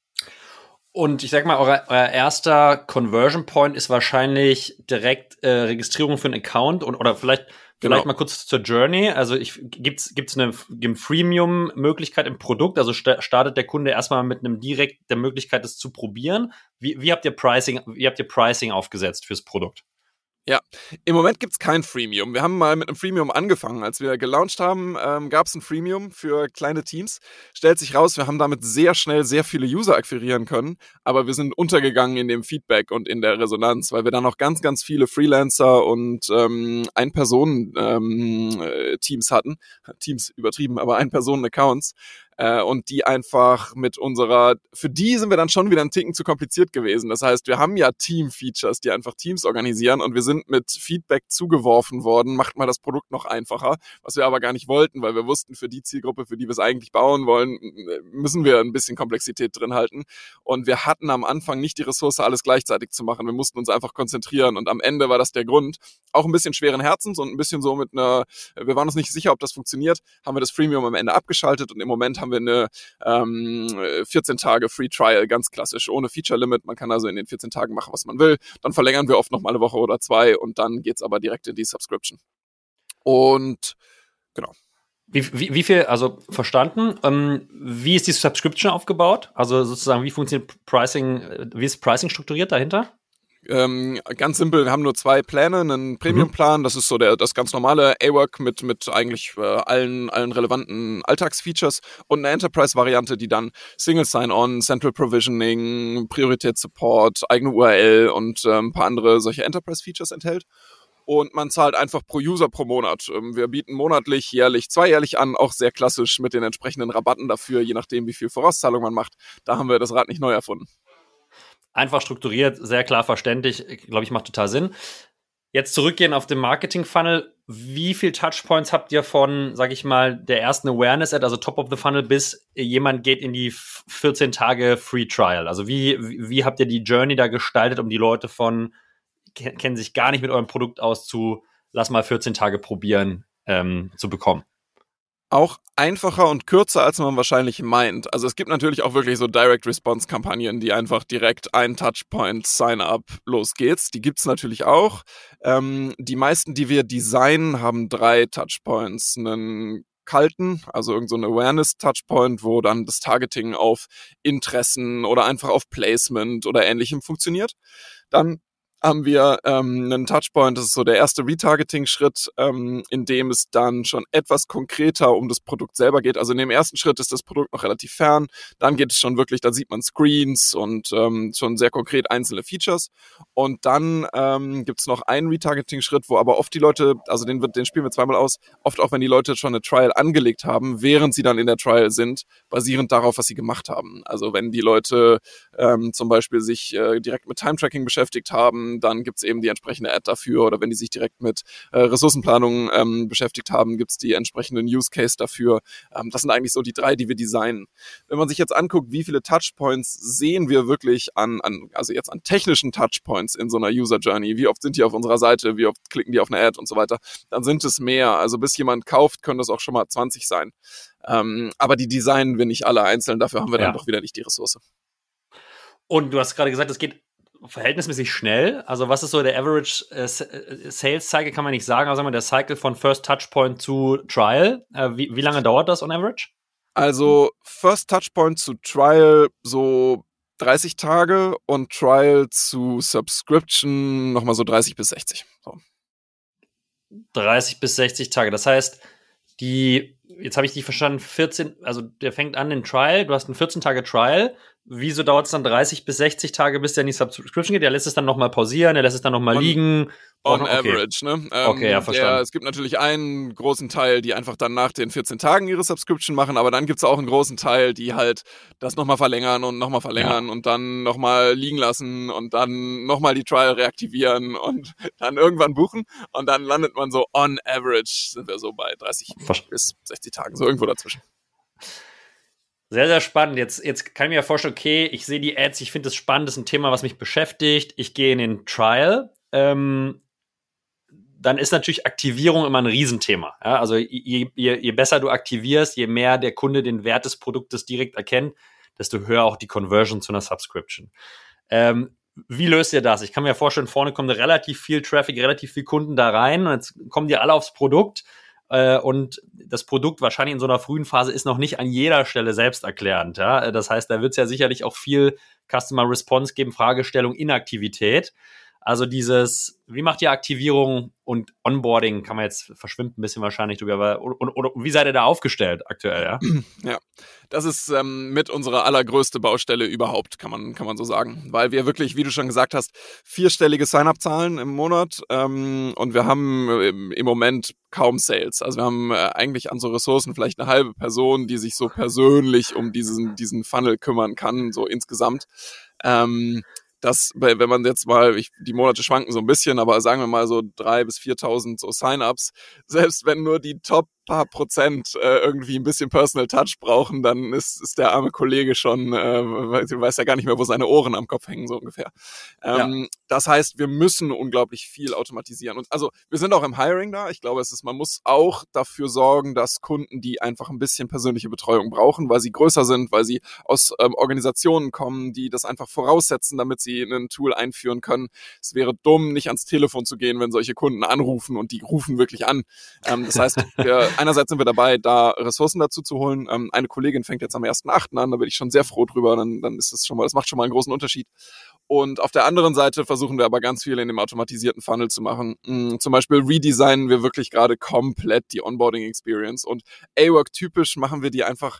Und ich sag mal, euer, euer erster Conversion Point ist wahrscheinlich direkt äh, Registrierung für einen Account und oder vielleicht Vielleicht genau. mal kurz zur Journey. Also ich, gibt's gibt's eine Freemium-Möglichkeit im Produkt? Also st- startet der Kunde erstmal mit einem direkt der Möglichkeit, das zu probieren. Wie, wie habt ihr Pricing, wie habt ihr Pricing aufgesetzt fürs Produkt? Ja, im Moment gibt's kein Freemium. Wir haben mal mit einem Freemium angefangen. Als wir gelauncht haben, ähm, gab's ein Freemium für kleine Teams. Stellt sich raus, wir haben damit sehr schnell sehr viele User akquirieren können, aber wir sind untergegangen in dem Feedback und in der Resonanz, weil wir dann noch ganz, ganz viele Freelancer und ähm, Ein-Personen-Teams ähm, hatten. Teams übertrieben, aber Ein-Personen-Accounts. Äh, und die einfach mit unserer, für die sind wir dann schon wieder ein Ticken zu kompliziert gewesen. Das heißt, wir haben ja Team-Features, die einfach Teams organisieren und wir sind mit Feedback zugeworfen worden, macht mal das Produkt noch einfacher, was wir aber gar nicht wollten, weil wir wussten, für die Zielgruppe, für die wir es eigentlich bauen wollen, müssen wir ein bisschen Komplexität drin halten. Und wir hatten am Anfang nicht die Ressource, alles gleichzeitig zu machen. Wir mussten uns einfach konzentrieren und am Ende war das der Grund. Auch ein bisschen schweren Herzens und ein bisschen so mit einer, wir waren uns nicht sicher, ob das funktioniert, haben wir das Freemium am Ende abgeschaltet und im Moment haben haben wir eine ähm, vierzehn Tage Free Trial, ganz klassisch, ohne Feature Limit. Man kann also in den vierzehn Tagen machen, was man will. Dann verlängern wir oft noch mal eine Woche oder zwei und dann geht's aber direkt in die Subscription. Und genau. Wie, wie, wie viel, also verstanden, ähm, wie ist die Subscription aufgebaut? Also sozusagen, wie funktioniert Pricing, wie ist Pricing strukturiert dahinter? Ähm, ganz simpel, wir haben nur zwei Pläne, einen Premium-Plan, das ist so der das ganz normale A-Work mit mit eigentlich äh, allen allen relevanten Alltagsfeatures und eine Enterprise-Variante, die dann Single Sign-On, Central Provisioning, Prioritätssupport, eigene U R L und äh, ein paar andere solche Enterprise-Features enthält. Und man zahlt einfach pro User pro Monat. Wir bieten monatlich, jährlich, zweijährlich an, auch sehr klassisch mit den entsprechenden Rabatten dafür, je nachdem, wie viel Vorauszahlung man macht. Da haben wir das Rad nicht neu erfunden. Einfach strukturiert, sehr klar verständlich, glaube ich, macht total Sinn. Jetzt zurückgehen auf den Marketing-Funnel. Wie viel Touchpoints habt ihr von, sage ich mal, der ersten Awareness-Ad, also Top of the Funnel, bis jemand geht in die vierzehn Tage Free Trial? Also wie, wie, wie habt ihr die Journey da gestaltet, um die Leute von, kennen sich gar nicht mit eurem Produkt aus, zu lass mal vierzehn Tage probieren, ähm, zu bekommen? Auch einfacher und kürzer, als man wahrscheinlich meint. Also es gibt natürlich auch wirklich so Direct-Response-Kampagnen, die einfach direkt ein Touchpoint, Sign-up, los geht's. Die gibt's natürlich auch. Ähm, die meisten, die wir designen, haben drei Touchpoints. Einen kalten, also irgend so ein Awareness-Touchpoint, wo dann das Targeting auf Interessen oder einfach auf Placement oder Ähnlichem funktioniert. Dann haben wir ähm, einen Touchpoint, das ist so der erste Retargeting-Schritt, ähm, in dem es dann schon etwas konkreter um das Produkt selber geht. Also in dem ersten Schritt ist das Produkt noch relativ fern, dann geht es schon wirklich, da sieht man Screens und ähm, schon sehr konkret einzelne Features. Und dann ähm, gibt es noch einen Retargeting-Schritt, wo aber oft die Leute, also den, den spielen wir zweimal aus, oft auch wenn die Leute schon eine Trial angelegt haben, während sie dann in der Trial sind, basierend darauf, was sie gemacht haben. Also wenn die Leute ähm, zum Beispiel sich äh, direkt mit Time-Tracking beschäftigt haben, dann gibt's eben die entsprechende Ad dafür, oder wenn die sich direkt mit äh, Ressourcenplanung ähm, beschäftigt haben, gibt's die entsprechenden Use Case dafür. Ähm, das sind eigentlich so die drei, die wir designen. Wenn man sich jetzt anguckt, wie viele Touchpoints sehen wir wirklich an, an also jetzt an technischen Touchpoints in so einer User Journey, wie oft sind die auf unserer Seite, wie oft klicken die auf eine Ad und so weiter, dann sind es mehr. Also bis jemand kauft, können das auch schon mal zwanzig sein. Ähm, aber die designen wir nicht alle einzeln, dafür haben wir ja dann doch wieder nicht die Ressource. Und du hast gerade gesagt, es geht verhältnismäßig schnell. Also was ist so der Average äh, Sales Cycle, kann man nicht sagen, aber sagen wir der Cycle von First Touchpoint zu Trial. Äh, wie, wie lange dauert das on average? Also First Touchpoint zu Trial so dreißig Tage und Trial zu Subscription nochmal so dreißig bis sechzig. So. dreißig bis sechzig Tage. Das heißt, die, jetzt habe ich dich verstanden, vierzehn, also der fängt an den Trial, du hast einen vierzehn Tage Trial. wieso dauert es dann dreißig bis sechzig Tage, bis der in die Subscription geht? Er lässt es dann nochmal pausieren, er lässt es dann nochmal liegen. On okay. average, ne? Ähm, okay, ja, verstanden. Der, es gibt natürlich einen großen Teil, die einfach dann nach den vierzehn Tagen ihre Subscription machen, aber dann gibt es auch einen großen Teil, die halt das nochmal verlängern und nochmal verlängern ja. und dann nochmal liegen lassen und dann nochmal die Trial reaktivieren und dann irgendwann buchen und dann landet man so on average, sind wir so bei dreißig Verst- bis sechzig Tagen, so irgendwo dazwischen. Sehr, sehr spannend. Jetzt, jetzt kann ich mir ja vorstellen, okay, ich sehe die Ads, ich finde es spannend, das ist ein Thema, was mich beschäftigt. Ich gehe in den Trial. Ähm, dann ist natürlich Aktivierung immer ein Riesenthema. Ja? Also je, je, je besser du aktivierst, je mehr der Kunde den Wert des Produktes direkt erkennt, desto höher auch die Conversion zu einer Subscription. Ähm, wie löst ihr das? Ich kann mir vorstellen, vorne kommt relativ viel Traffic, relativ viel Kunden da rein und jetzt kommen die alle aufs Produkt. Und das Produkt wahrscheinlich in so einer frühen Phase ist noch nicht an jeder Stelle selbsterklärend. Ja? Das heißt, da wird es ja sicherlich auch viel Customer Response geben, Fragestellung, Inaktivität. Also dieses, wie macht ihr Aktivierung und Onboarding, kann man jetzt, verschwimmt ein bisschen wahrscheinlich drüber, aber und, und, und wie seid ihr da aufgestellt aktuell? Ja, ja das ist ähm, mit unserer allergrößte Baustelle überhaupt, kann man, kann man so sagen. Weil wir wirklich, wie du schon gesagt hast, vierstellige Sign-up-Zahlen im Monat ähm, und wir haben im, im Moment kaum Sales. Also wir haben äh, eigentlich an so Ressourcen vielleicht eine halbe Person, die sich so persönlich um diesen, diesen Funnel kümmern kann, so insgesamt. Ähm, Das, wenn man jetzt mal, ich, die Monate schwanken so ein bisschen, aber sagen wir mal so drei bis viertausend so Sign-ups, selbst wenn nur die Top paar Prozent äh, irgendwie ein bisschen Personal Touch brauchen, dann ist, ist der arme Kollege schon, äh, weiß ja gar nicht mehr, wo seine Ohren am Kopf hängen, so ungefähr. Ähm, ja. Das heißt, wir müssen unglaublich viel automatisieren. Und also wir sind auch im Hiring da. Ich glaube, es ist, man muss auch dafür sorgen, dass Kunden, die einfach ein bisschen persönliche Betreuung brauchen, weil sie größer sind, weil sie aus ähm, Organisationen kommen, die das einfach voraussetzen, damit sie ein Tool einführen können. Es wäre dumm, nicht ans Telefon zu gehen, wenn solche Kunden anrufen und die rufen wirklich an. Ähm, das heißt, wir einerseits sind wir dabei, da Ressourcen dazu zu holen. Ähm, eine Kollegin fängt jetzt am ersten achten an, da bin ich schon sehr froh drüber. Dann, dann ist das schon mal, das macht schon mal einen großen Unterschied. Und auf der anderen Seite versuchen wir aber ganz viel in dem automatisierten Funnel zu machen. Mhm, zum Beispiel redesignen wir wirklich gerade komplett die Onboarding-Experience. Und A-Work-typisch machen wir die einfach,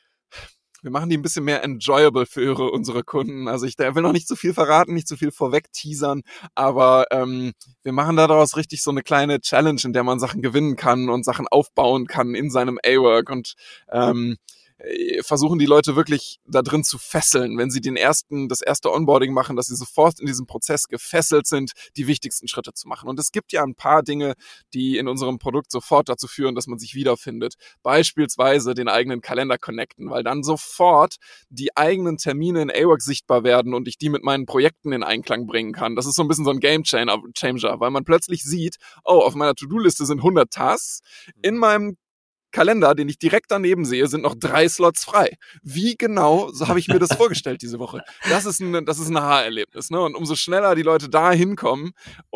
wir machen die ein bisschen mehr enjoyable für unsere Kunden. Also ich will noch nicht zu viel verraten, nicht zu viel vorweg teasern, aber ähm, wir machen daraus richtig so eine kleine Challenge, in der man Sachen gewinnen kann und Sachen aufbauen kann in seinem A-Work und ähm, versuchen die Leute wirklich da drin zu fesseln, wenn sie den ersten, das erste Onboarding machen, dass sie sofort in diesem Prozess gefesselt sind, die wichtigsten Schritte zu machen. Und es gibt ja ein paar Dinge, die in unserem Produkt sofort dazu führen, dass man sich wiederfindet. Beispielsweise den eigenen Kalender connecten, weil dann sofort die eigenen Termine in A-Work sichtbar werden und ich die mit meinen Projekten in Einklang bringen kann. Das ist so ein bisschen so ein Game-Changer, weil man plötzlich sieht, oh, auf meiner To-Do-Liste sind hundert Tasks, in meinem Kalender, den ich direkt daneben sehe, sind noch drei Slots frei. Wie genau, so habe ich mir das vorgestellt diese Woche. Das ist ein, das ist ein Aha-Erlebnis, ne? Und umso schneller die Leute da hinkommen,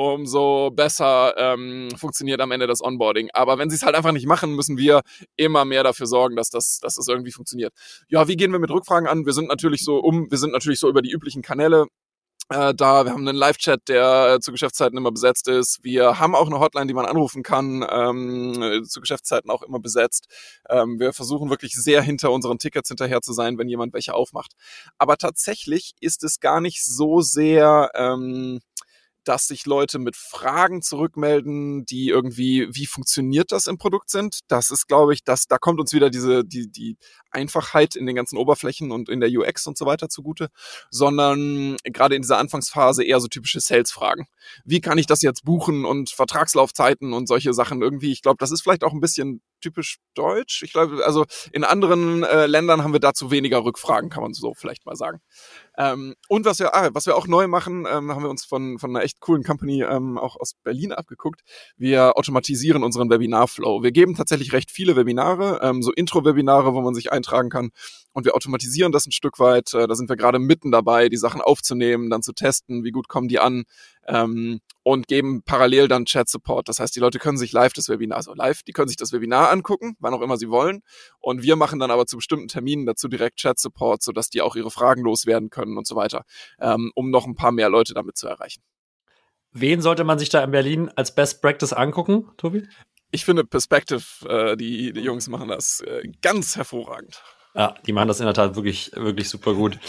umso besser ähm, funktioniert am Ende das Onboarding. Aber wenn sie es halt einfach nicht machen, müssen wir immer mehr dafür sorgen, dass das, dass das irgendwie funktioniert. Ja, wie gehen wir mit Rückfragen an? Wir sind natürlich so um, wir sind natürlich so über die üblichen Kanäle Äh, da, wir haben einen Live-Chat, der äh, zu Geschäftszeiten immer besetzt ist. Wir haben auch eine Hotline, die man anrufen kann, ähm, äh, zu Geschäftszeiten auch immer besetzt. Ähm, wir versuchen wirklich sehr hinter unseren Tickets hinterher zu sein, wenn jemand welche aufmacht. Aber tatsächlich ist es gar nicht so sehr, ähm, dass sich Leute mit Fragen zurückmelden, die irgendwie, wie funktioniert das im Produkt sind. Das ist, glaube ich, dass da kommt uns wieder diese die die Einfachheit in den ganzen Oberflächen und in der U X und so weiter zugute, sondern gerade in dieser Anfangsphase eher so typische Sales-Fragen. Wie kann ich das jetzt buchen und Vertragslaufzeiten und solche Sachen irgendwie. Ich glaube, das ist vielleicht auch ein bisschen typisch deutsch. Ich glaube, also in anderen äh, Ländern haben wir dazu weniger Rückfragen, kann man so vielleicht mal sagen. Ähm, und was wir, ah, was wir auch neu machen, ähm, haben wir uns von von einer echt coolen Company ähm, auch aus Berlin abgeguckt. Wir automatisieren unseren Webinarflow. Wir geben tatsächlich recht viele Webinare, ähm, so Intro-Webinare, wo man sich eintragen kann. Und wir automatisieren das ein Stück weit. Äh, da sind wir gerade mitten dabei, die Sachen aufzunehmen, dann zu testen, wie gut kommen die an. Ähm, und geben parallel dann Chat-Support. Das heißt, die Leute können sich live das Webinar, also live, die können sich das Webinar angucken, wann auch immer sie wollen. Und wir machen dann aber zu bestimmten Terminen dazu direkt Chat-Support, sodass die auch ihre Fragen loswerden können und so weiter, ähm, um noch ein paar mehr Leute damit zu erreichen. Wen sollte man sich da in Berlin als Best Practice angucken, Tobi? Ich finde Perspective, äh, die, die Jungs machen das äh, ganz hervorragend. Ja, die machen das in der Tat wirklich, wirklich super gut.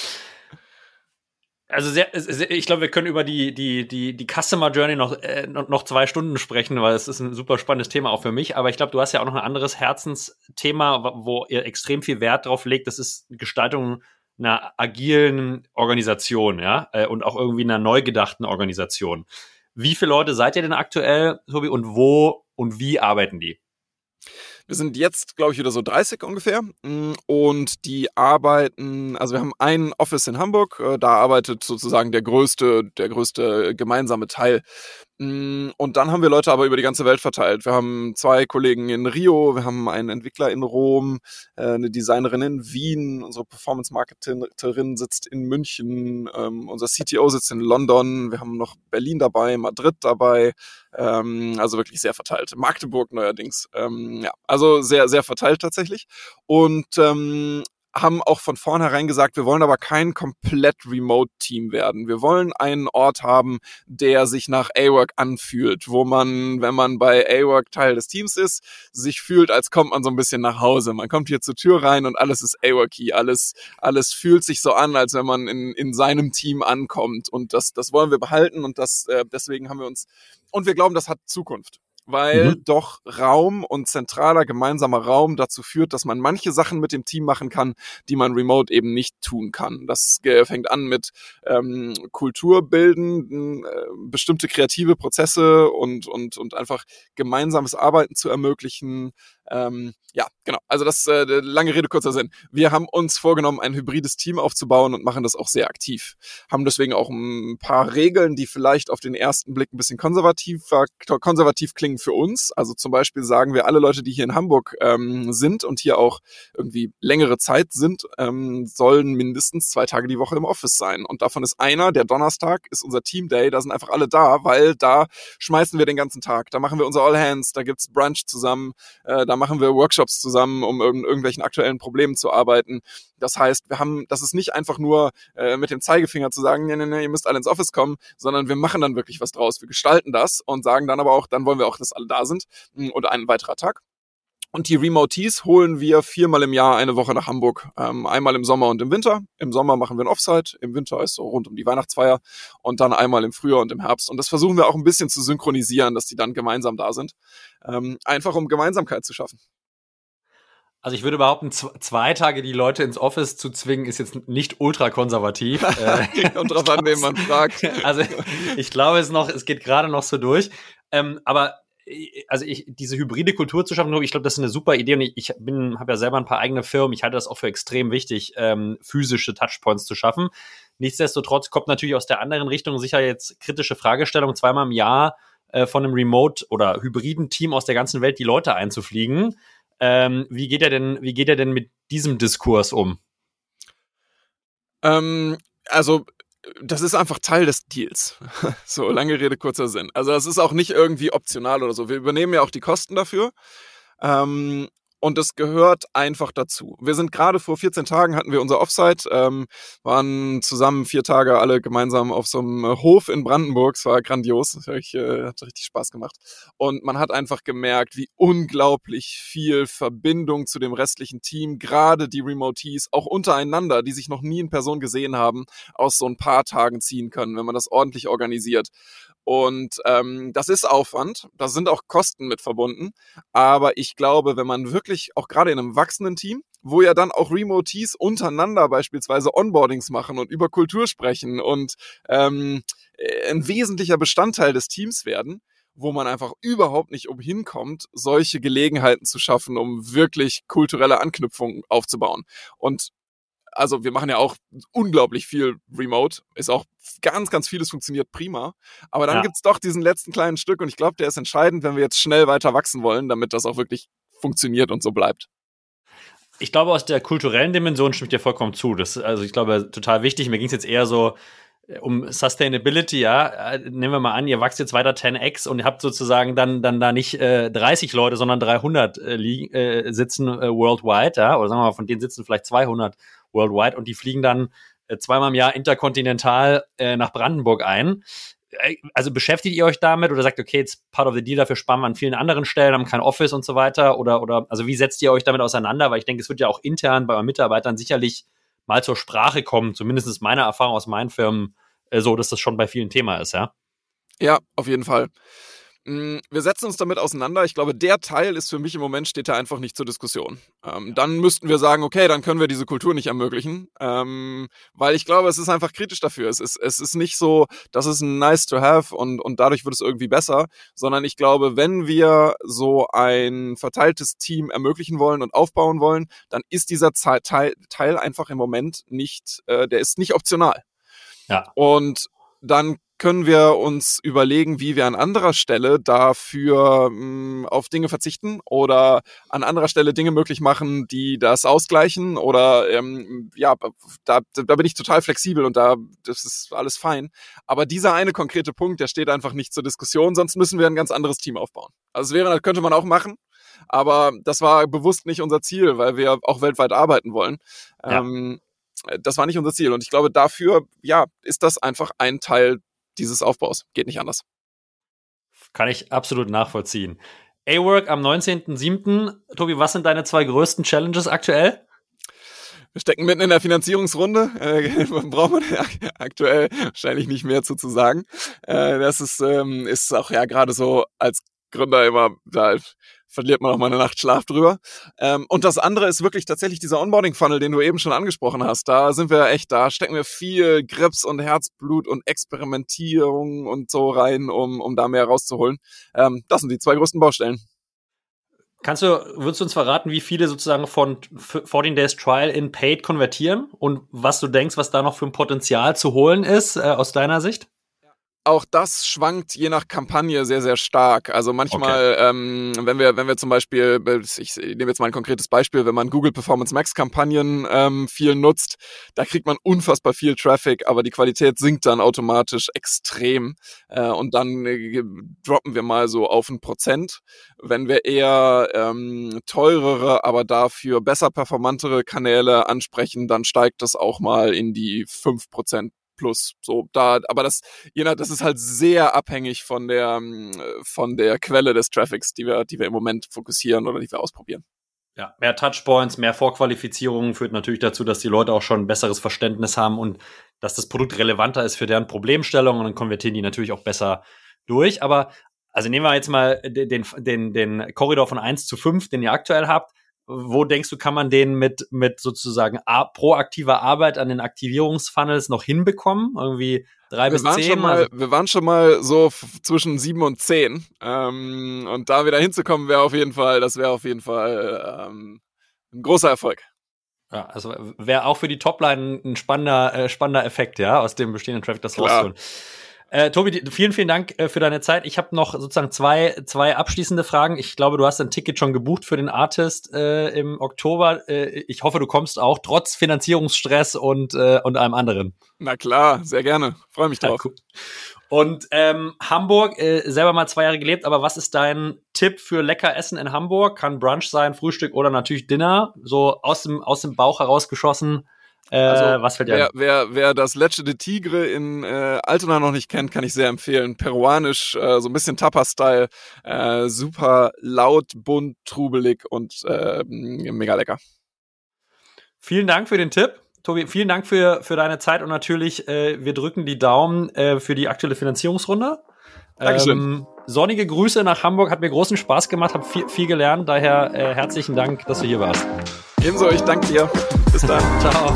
Also sehr, sehr, ich glaube, wir können über die die die die Customer Journey noch äh, noch zwei Stunden sprechen, weil es ist ein super spannendes Thema auch für mich. Aber ich glaube, du hast ja auch noch ein anderes Herzensthema, wo ihr extrem viel Wert drauf legt. Das ist Gestaltung einer agilen Organisation, ja, äh, und auch irgendwie einer neu gedachten Organisation. Wie viele Leute seid ihr denn aktuell, Tobi, und wo und wie arbeiten die? Wir sind jetzt, glaube ich, wieder so dreißig ungefähr und die arbeiten, also wir haben ein Office in Hamburg, da arbeitet sozusagen der größte, der größte gemeinsame Teil. Und dann haben wir Leute aber über die ganze Welt verteilt. Wir haben zwei Kollegen in Rio, wir haben einen Entwickler in Rom, eine Designerin in Wien, unsere Performance-Marketerin sitzt in München, unser C T O sitzt in London, wir haben noch Berlin dabei, Madrid dabei, also wirklich sehr verteilt. Magdeburg neuerdings, ja, also sehr, sehr verteilt tatsächlich. Und ähm, haben auch von vornherein gesagt, wir wollen aber kein komplett Remote-Team werden. Wir wollen einen Ort haben, der sich nach A-Work anfühlt, wo man, wenn man bei A-Work Teil des Teams ist, sich fühlt, als kommt man so ein bisschen nach Hause. Man kommt hier zur Tür rein und alles ist A-Worky. Alles, alles fühlt sich so an, als wenn man in, in seinem Team ankommt. Und das, das wollen wir behalten und das, äh, deswegen haben wir uns, und wir glauben, das hat Zukunft. Weil mhm. doch Raum und zentraler gemeinsamer Raum dazu führt, dass man manche Sachen mit dem Team machen kann, die man remote eben nicht tun kann. Das äh, fängt an mit ähm, Kulturbilden, äh, bestimmte kreative Prozesse und, und, und einfach gemeinsames Arbeiten zu ermöglichen. Ähm, ja, genau. Also das äh, lange Rede, kurzer Sinn. Wir haben uns vorgenommen, ein hybrides Team aufzubauen und machen das auch sehr aktiv. Haben deswegen auch ein paar Regeln, die vielleicht auf den ersten Blick ein bisschen konservativ, konservativ klingen für uns. Also zum Beispiel sagen wir, alle Leute, die hier in Hamburg ähm, sind und hier auch irgendwie längere Zeit sind, ähm, sollen mindestens zwei Tage die Woche im Office sein. Und davon ist einer, der Donnerstag, ist unser Team Day. Da sind einfach alle da, weil da schmeißen wir den ganzen Tag. Da machen wir unser All Hands, da gibt's Brunch zusammen, äh, da machen wir Workshops zusammen, um irg- irgendwelchen aktuellen Problemen zu arbeiten. Das heißt, wir haben, das ist nicht einfach nur äh, mit dem Zeigefinger zu sagen, nee, nee, nee, ihr müsst alle ins Office kommen, sondern wir machen dann wirklich was draus. Wir gestalten das und sagen dann aber auch, dann wollen wir auch, dass alle da sind oder ein weiterer Tag. Und die Remotees holen wir viermal im Jahr eine Woche nach Hamburg. Ähm, einmal im Sommer und im Winter. Im Sommer machen wir ein Offsite, im Winter ist so rund um die Weihnachtsfeier und dann einmal im Frühjahr und im Herbst. Und das versuchen wir auch ein bisschen zu synchronisieren, dass die dann gemeinsam da sind. Ähm, einfach um Gemeinsamkeit zu schaffen. Also ich würde behaupten, zwei Tage die Leute ins Office zu zwingen, ist jetzt nicht ultra konservativ. Kommt drauf an, wen man fragt. Also ich glaube, es noch, es geht gerade noch so durch. Ähm, aber also ich, diese hybride Kultur zu schaffen, ich glaube, das ist eine super Idee und ich, ich bin, habe ja selber ein paar eigene Firmen. Ich halte das auch für extrem wichtig, ähm, physische Touchpoints zu schaffen. Nichtsdestotrotz kommt natürlich aus der anderen Richtung sicher jetzt kritische Fragestellung, zweimal im Jahr äh, von einem Remote- oder hybriden Team aus der ganzen Welt die Leute einzufliegen. Ähm, wie geht er denn, wie geht er denn mit diesem Diskurs um? Ähm, also das ist einfach Teil des Deals. So, lange Rede, kurzer Sinn. Also das ist auch nicht irgendwie optional oder so. Wir übernehmen ja auch die Kosten dafür. Ähm, und das gehört einfach dazu. Wir sind gerade vor vierzehn Tagen hatten wir unser Offsite, ähm, waren zusammen vier Tage alle gemeinsam auf so einem Hof in Brandenburg. Es war grandios, das hat, ich, äh, hat richtig Spaß gemacht. Und man hat einfach gemerkt, wie unglaublich viel Verbindung zu dem restlichen Team, gerade die Remotees, auch untereinander, die sich noch nie in Person gesehen haben, aus so ein paar Tagen ziehen können, wenn man das ordentlich organisiert. Und ähm, das ist Aufwand, da sind auch Kosten mit verbunden, aber ich glaube, wenn man wirklich, auch gerade in einem wachsenden Team, wo ja dann auch Remotees untereinander beispielsweise Onboardings machen und über Kultur sprechen und ähm, ein wesentlicher Bestandteil des Teams werden, wo man einfach überhaupt nicht umhin kommt, solche Gelegenheiten zu schaffen, um wirklich kulturelle Anknüpfungen aufzubauen. Und also wir machen ja auch unglaublich viel Remote, ist auch ganz, ganz vieles funktioniert prima, aber dann ja. gibt's doch diesen letzten kleinen Stück und ich glaube, der ist entscheidend, wenn wir jetzt schnell weiter wachsen wollen, damit das auch wirklich funktioniert und so bleibt. Ich glaube, aus der kulturellen Dimension stimme ich dir vollkommen zu. Das ist, also ich glaube, total wichtig. Mir ging es jetzt eher so um Sustainability, ja. Nehmen wir mal an, ihr wächst jetzt weiter zehn x und ihr habt sozusagen dann dann da nicht äh, dreißig Leute, sondern dreihundert äh, li- äh, sitzen äh, worldwide, ja. Oder sagen wir mal, von denen sitzen vielleicht zweihundert worldwide und die fliegen dann äh, zweimal im Jahr interkontinental äh, nach Brandenburg ein. also beschäftigt ihr euch damit oder sagt, okay, jetzt part of the deal, dafür sparen wir an vielen anderen Stellen, haben kein Office und so weiter oder, oder, also wie setzt ihr euch damit auseinander? Weil ich denke, es wird ja auch intern bei euren Mitarbeitern sicherlich mal zur Sprache kommen, zumindest ist meine Erfahrung aus meinen Firmen äh, so, dass das schon bei vielen Thema ist, ja? Ja, auf jeden Fall. Wir setzen uns damit auseinander. Ich glaube, der Teil ist für mich im Moment, steht da einfach nicht zur Diskussion. Ähm, dann müssten wir sagen, okay, dann können wir diese Kultur nicht ermöglichen, ähm, weil ich glaube, es ist einfach kritisch dafür. Es ist, es ist nicht so, das ist ein nice to have und, und dadurch wird es irgendwie besser, sondern ich glaube, wenn wir so ein verteiltes Team ermöglichen wollen und aufbauen wollen, dann ist dieser Teil, Teil einfach im Moment nicht, äh, der ist nicht optional. Ja. Und dann können wir uns überlegen, wie wir an anderer Stelle dafür mh, auf Dinge verzichten oder an anderer Stelle Dinge möglich machen, die das ausgleichen oder ähm, ja, da, da bin ich total flexibel und da das ist alles fein. Aber dieser eine konkrete Punkt, der steht einfach nicht zur Diskussion, sonst müssen wir ein ganz anderes Team aufbauen. Also es wäre, das könnte man auch machen, aber das war bewusst nicht unser Ziel, weil wir auch weltweit arbeiten wollen. Ja. Ähm, das war nicht unser Ziel und ich glaube, dafür ja ist das einfach ein Teil dieses Aufbaus. Geht nicht anders. Kann ich absolut nachvollziehen. A-Work am neunzehnten siebten Tobi, was sind deine zwei größten Challenges aktuell? Wir stecken mitten in der Finanzierungsrunde. Äh, braucht man aktuell wahrscheinlich nicht mehr zu, zu sagen. Äh, das ist, ähm, ist auch ja gerade so als Gründer immer, da verliert man auch mal eine Nacht Schlaf drüber. Ähm, und das andere ist wirklich tatsächlich dieser Onboarding-Funnel, den du eben schon angesprochen hast. Da sind wir echt, da stecken wir viel Grips und Herzblut und Experimentierung und so rein, um, um da mehr rauszuholen. Ähm, das sind die zwei größten Baustellen. Kannst du, würdest du uns verraten, wie viele sozusagen von vierzehn Days Trial in Paid konvertieren und was du denkst, was da noch für ein Potenzial zu holen ist, äh, aus deiner Sicht? Auch das schwankt je nach Kampagne sehr, sehr stark. Also manchmal, okay. ähm, wenn wir, wenn wir zum Beispiel, ich nehme jetzt mal ein konkretes Beispiel, wenn man Google Performance Max Kampagnen ähm, viel nutzt, da kriegt man unfassbar viel Traffic, aber die Qualität sinkt dann automatisch extrem. Äh, und dann äh, droppen wir mal so auf ein Prozent. Wenn wir eher ähm, teurere, aber dafür besser performantere Kanäle ansprechen, dann steigt das auch mal in die fünf Prozent. Plus, so da, aber das, je nach, das ist halt sehr abhängig von der von der Quelle des Traffics, die wir, die wir im Moment fokussieren oder die wir ausprobieren. Ja, mehr Touchpoints, mehr Vorqualifizierung führt natürlich dazu, dass die Leute auch schon ein besseres Verständnis haben und dass das Produkt relevanter ist für deren Problemstellung und dann konvertieren die natürlich auch besser durch. Aber also nehmen wir jetzt mal den den den Korridor von eins zu fünf, den ihr aktuell habt. Wo denkst du, kann man den mit, mit sozusagen a- proaktiver Arbeit an den Aktivierungsfunnels noch hinbekommen? Irgendwie drei bis zehn? Mal, also wir waren schon mal so f- zwischen sieben und zehn. Ähm, und da wieder hinzukommen, wäre auf jeden Fall, das wäre auf jeden Fall ähm, ein großer Erfolg. Ja, also wäre auch für die Topline ein spannender, äh, spannender Effekt, ja, aus dem bestehenden Traffic das rauszuholen. Äh, Tobi, vielen, vielen Dank äh, für deine Zeit. Ich habe noch sozusagen zwei, zwei abschließende Fragen. Ich glaube, du hast ein Ticket schon gebucht für den Artist äh, im Oktober. Äh, ich hoffe, du kommst auch trotz Finanzierungsstress und, äh, und allem anderen. Na klar, sehr gerne. Freue mich drauf. Ja, cool. Und ähm, Hamburg, äh, selber mal zwei Jahre gelebt, aber was ist dein Tipp für lecker Essen in Hamburg? Kann Brunch sein, Frühstück oder natürlich Dinner? So aus dem, aus dem Bauch herausgeschossen. Äh, also, was fällt dir wer, ein? wer, wer das Leche de Tigre in äh, Altona noch nicht kennt, kann ich sehr empfehlen. Peruanisch, äh, so ein bisschen Tapas-Style, äh, super laut, bunt, trubelig und äh, mega lecker. Vielen Dank für den Tipp. Tobi, vielen Dank für, für deine Zeit und natürlich, äh, wir drücken die Daumen äh, für die aktuelle Finanzierungsrunde. Dankeschön. Ähm, sonnige Grüße nach Hamburg, hat mir großen Spaß gemacht, habe viel, viel gelernt, daher äh, herzlichen Dank, dass du hier warst. Ebenso, ich danke dir. Bis dann. Ciao.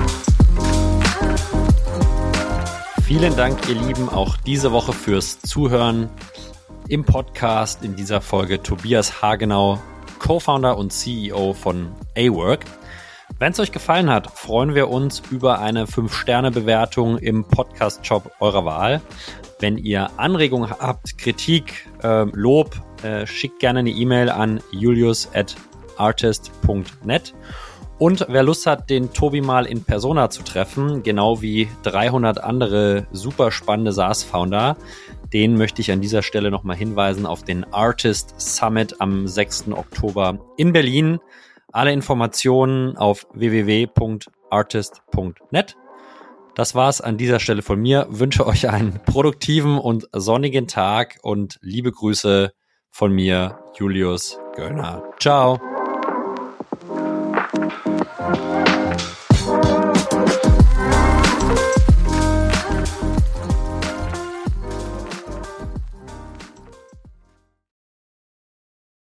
Vielen Dank, ihr Lieben, auch diese Woche fürs Zuhören im Podcast in dieser Folge. Tobias Hagenau, Co-Founder und C E O von A-Work. Wenn es euch gefallen hat, freuen wir uns über eine fünf Sterne Bewertung im Podcast-Shop eurer Wahl. Wenn ihr Anregungen habt, Kritik, äh, Lob, äh, schickt gerne eine E-Mail an julius at artist punkt net. Und wer Lust hat, den Tobi mal in Persona zu treffen, genau wie dreihundert andere super spannende SaaS-Founder, den möchte ich an dieser Stelle nochmal hinweisen auf den Artist Summit am sechsten Oktober in Berlin. Alle Informationen auf w w w punkt artist punkt net. Das war's an dieser Stelle von mir. Wünsche euch einen produktiven und sonnigen Tag und liebe Grüße von mir, Julius Göllner. Ciao.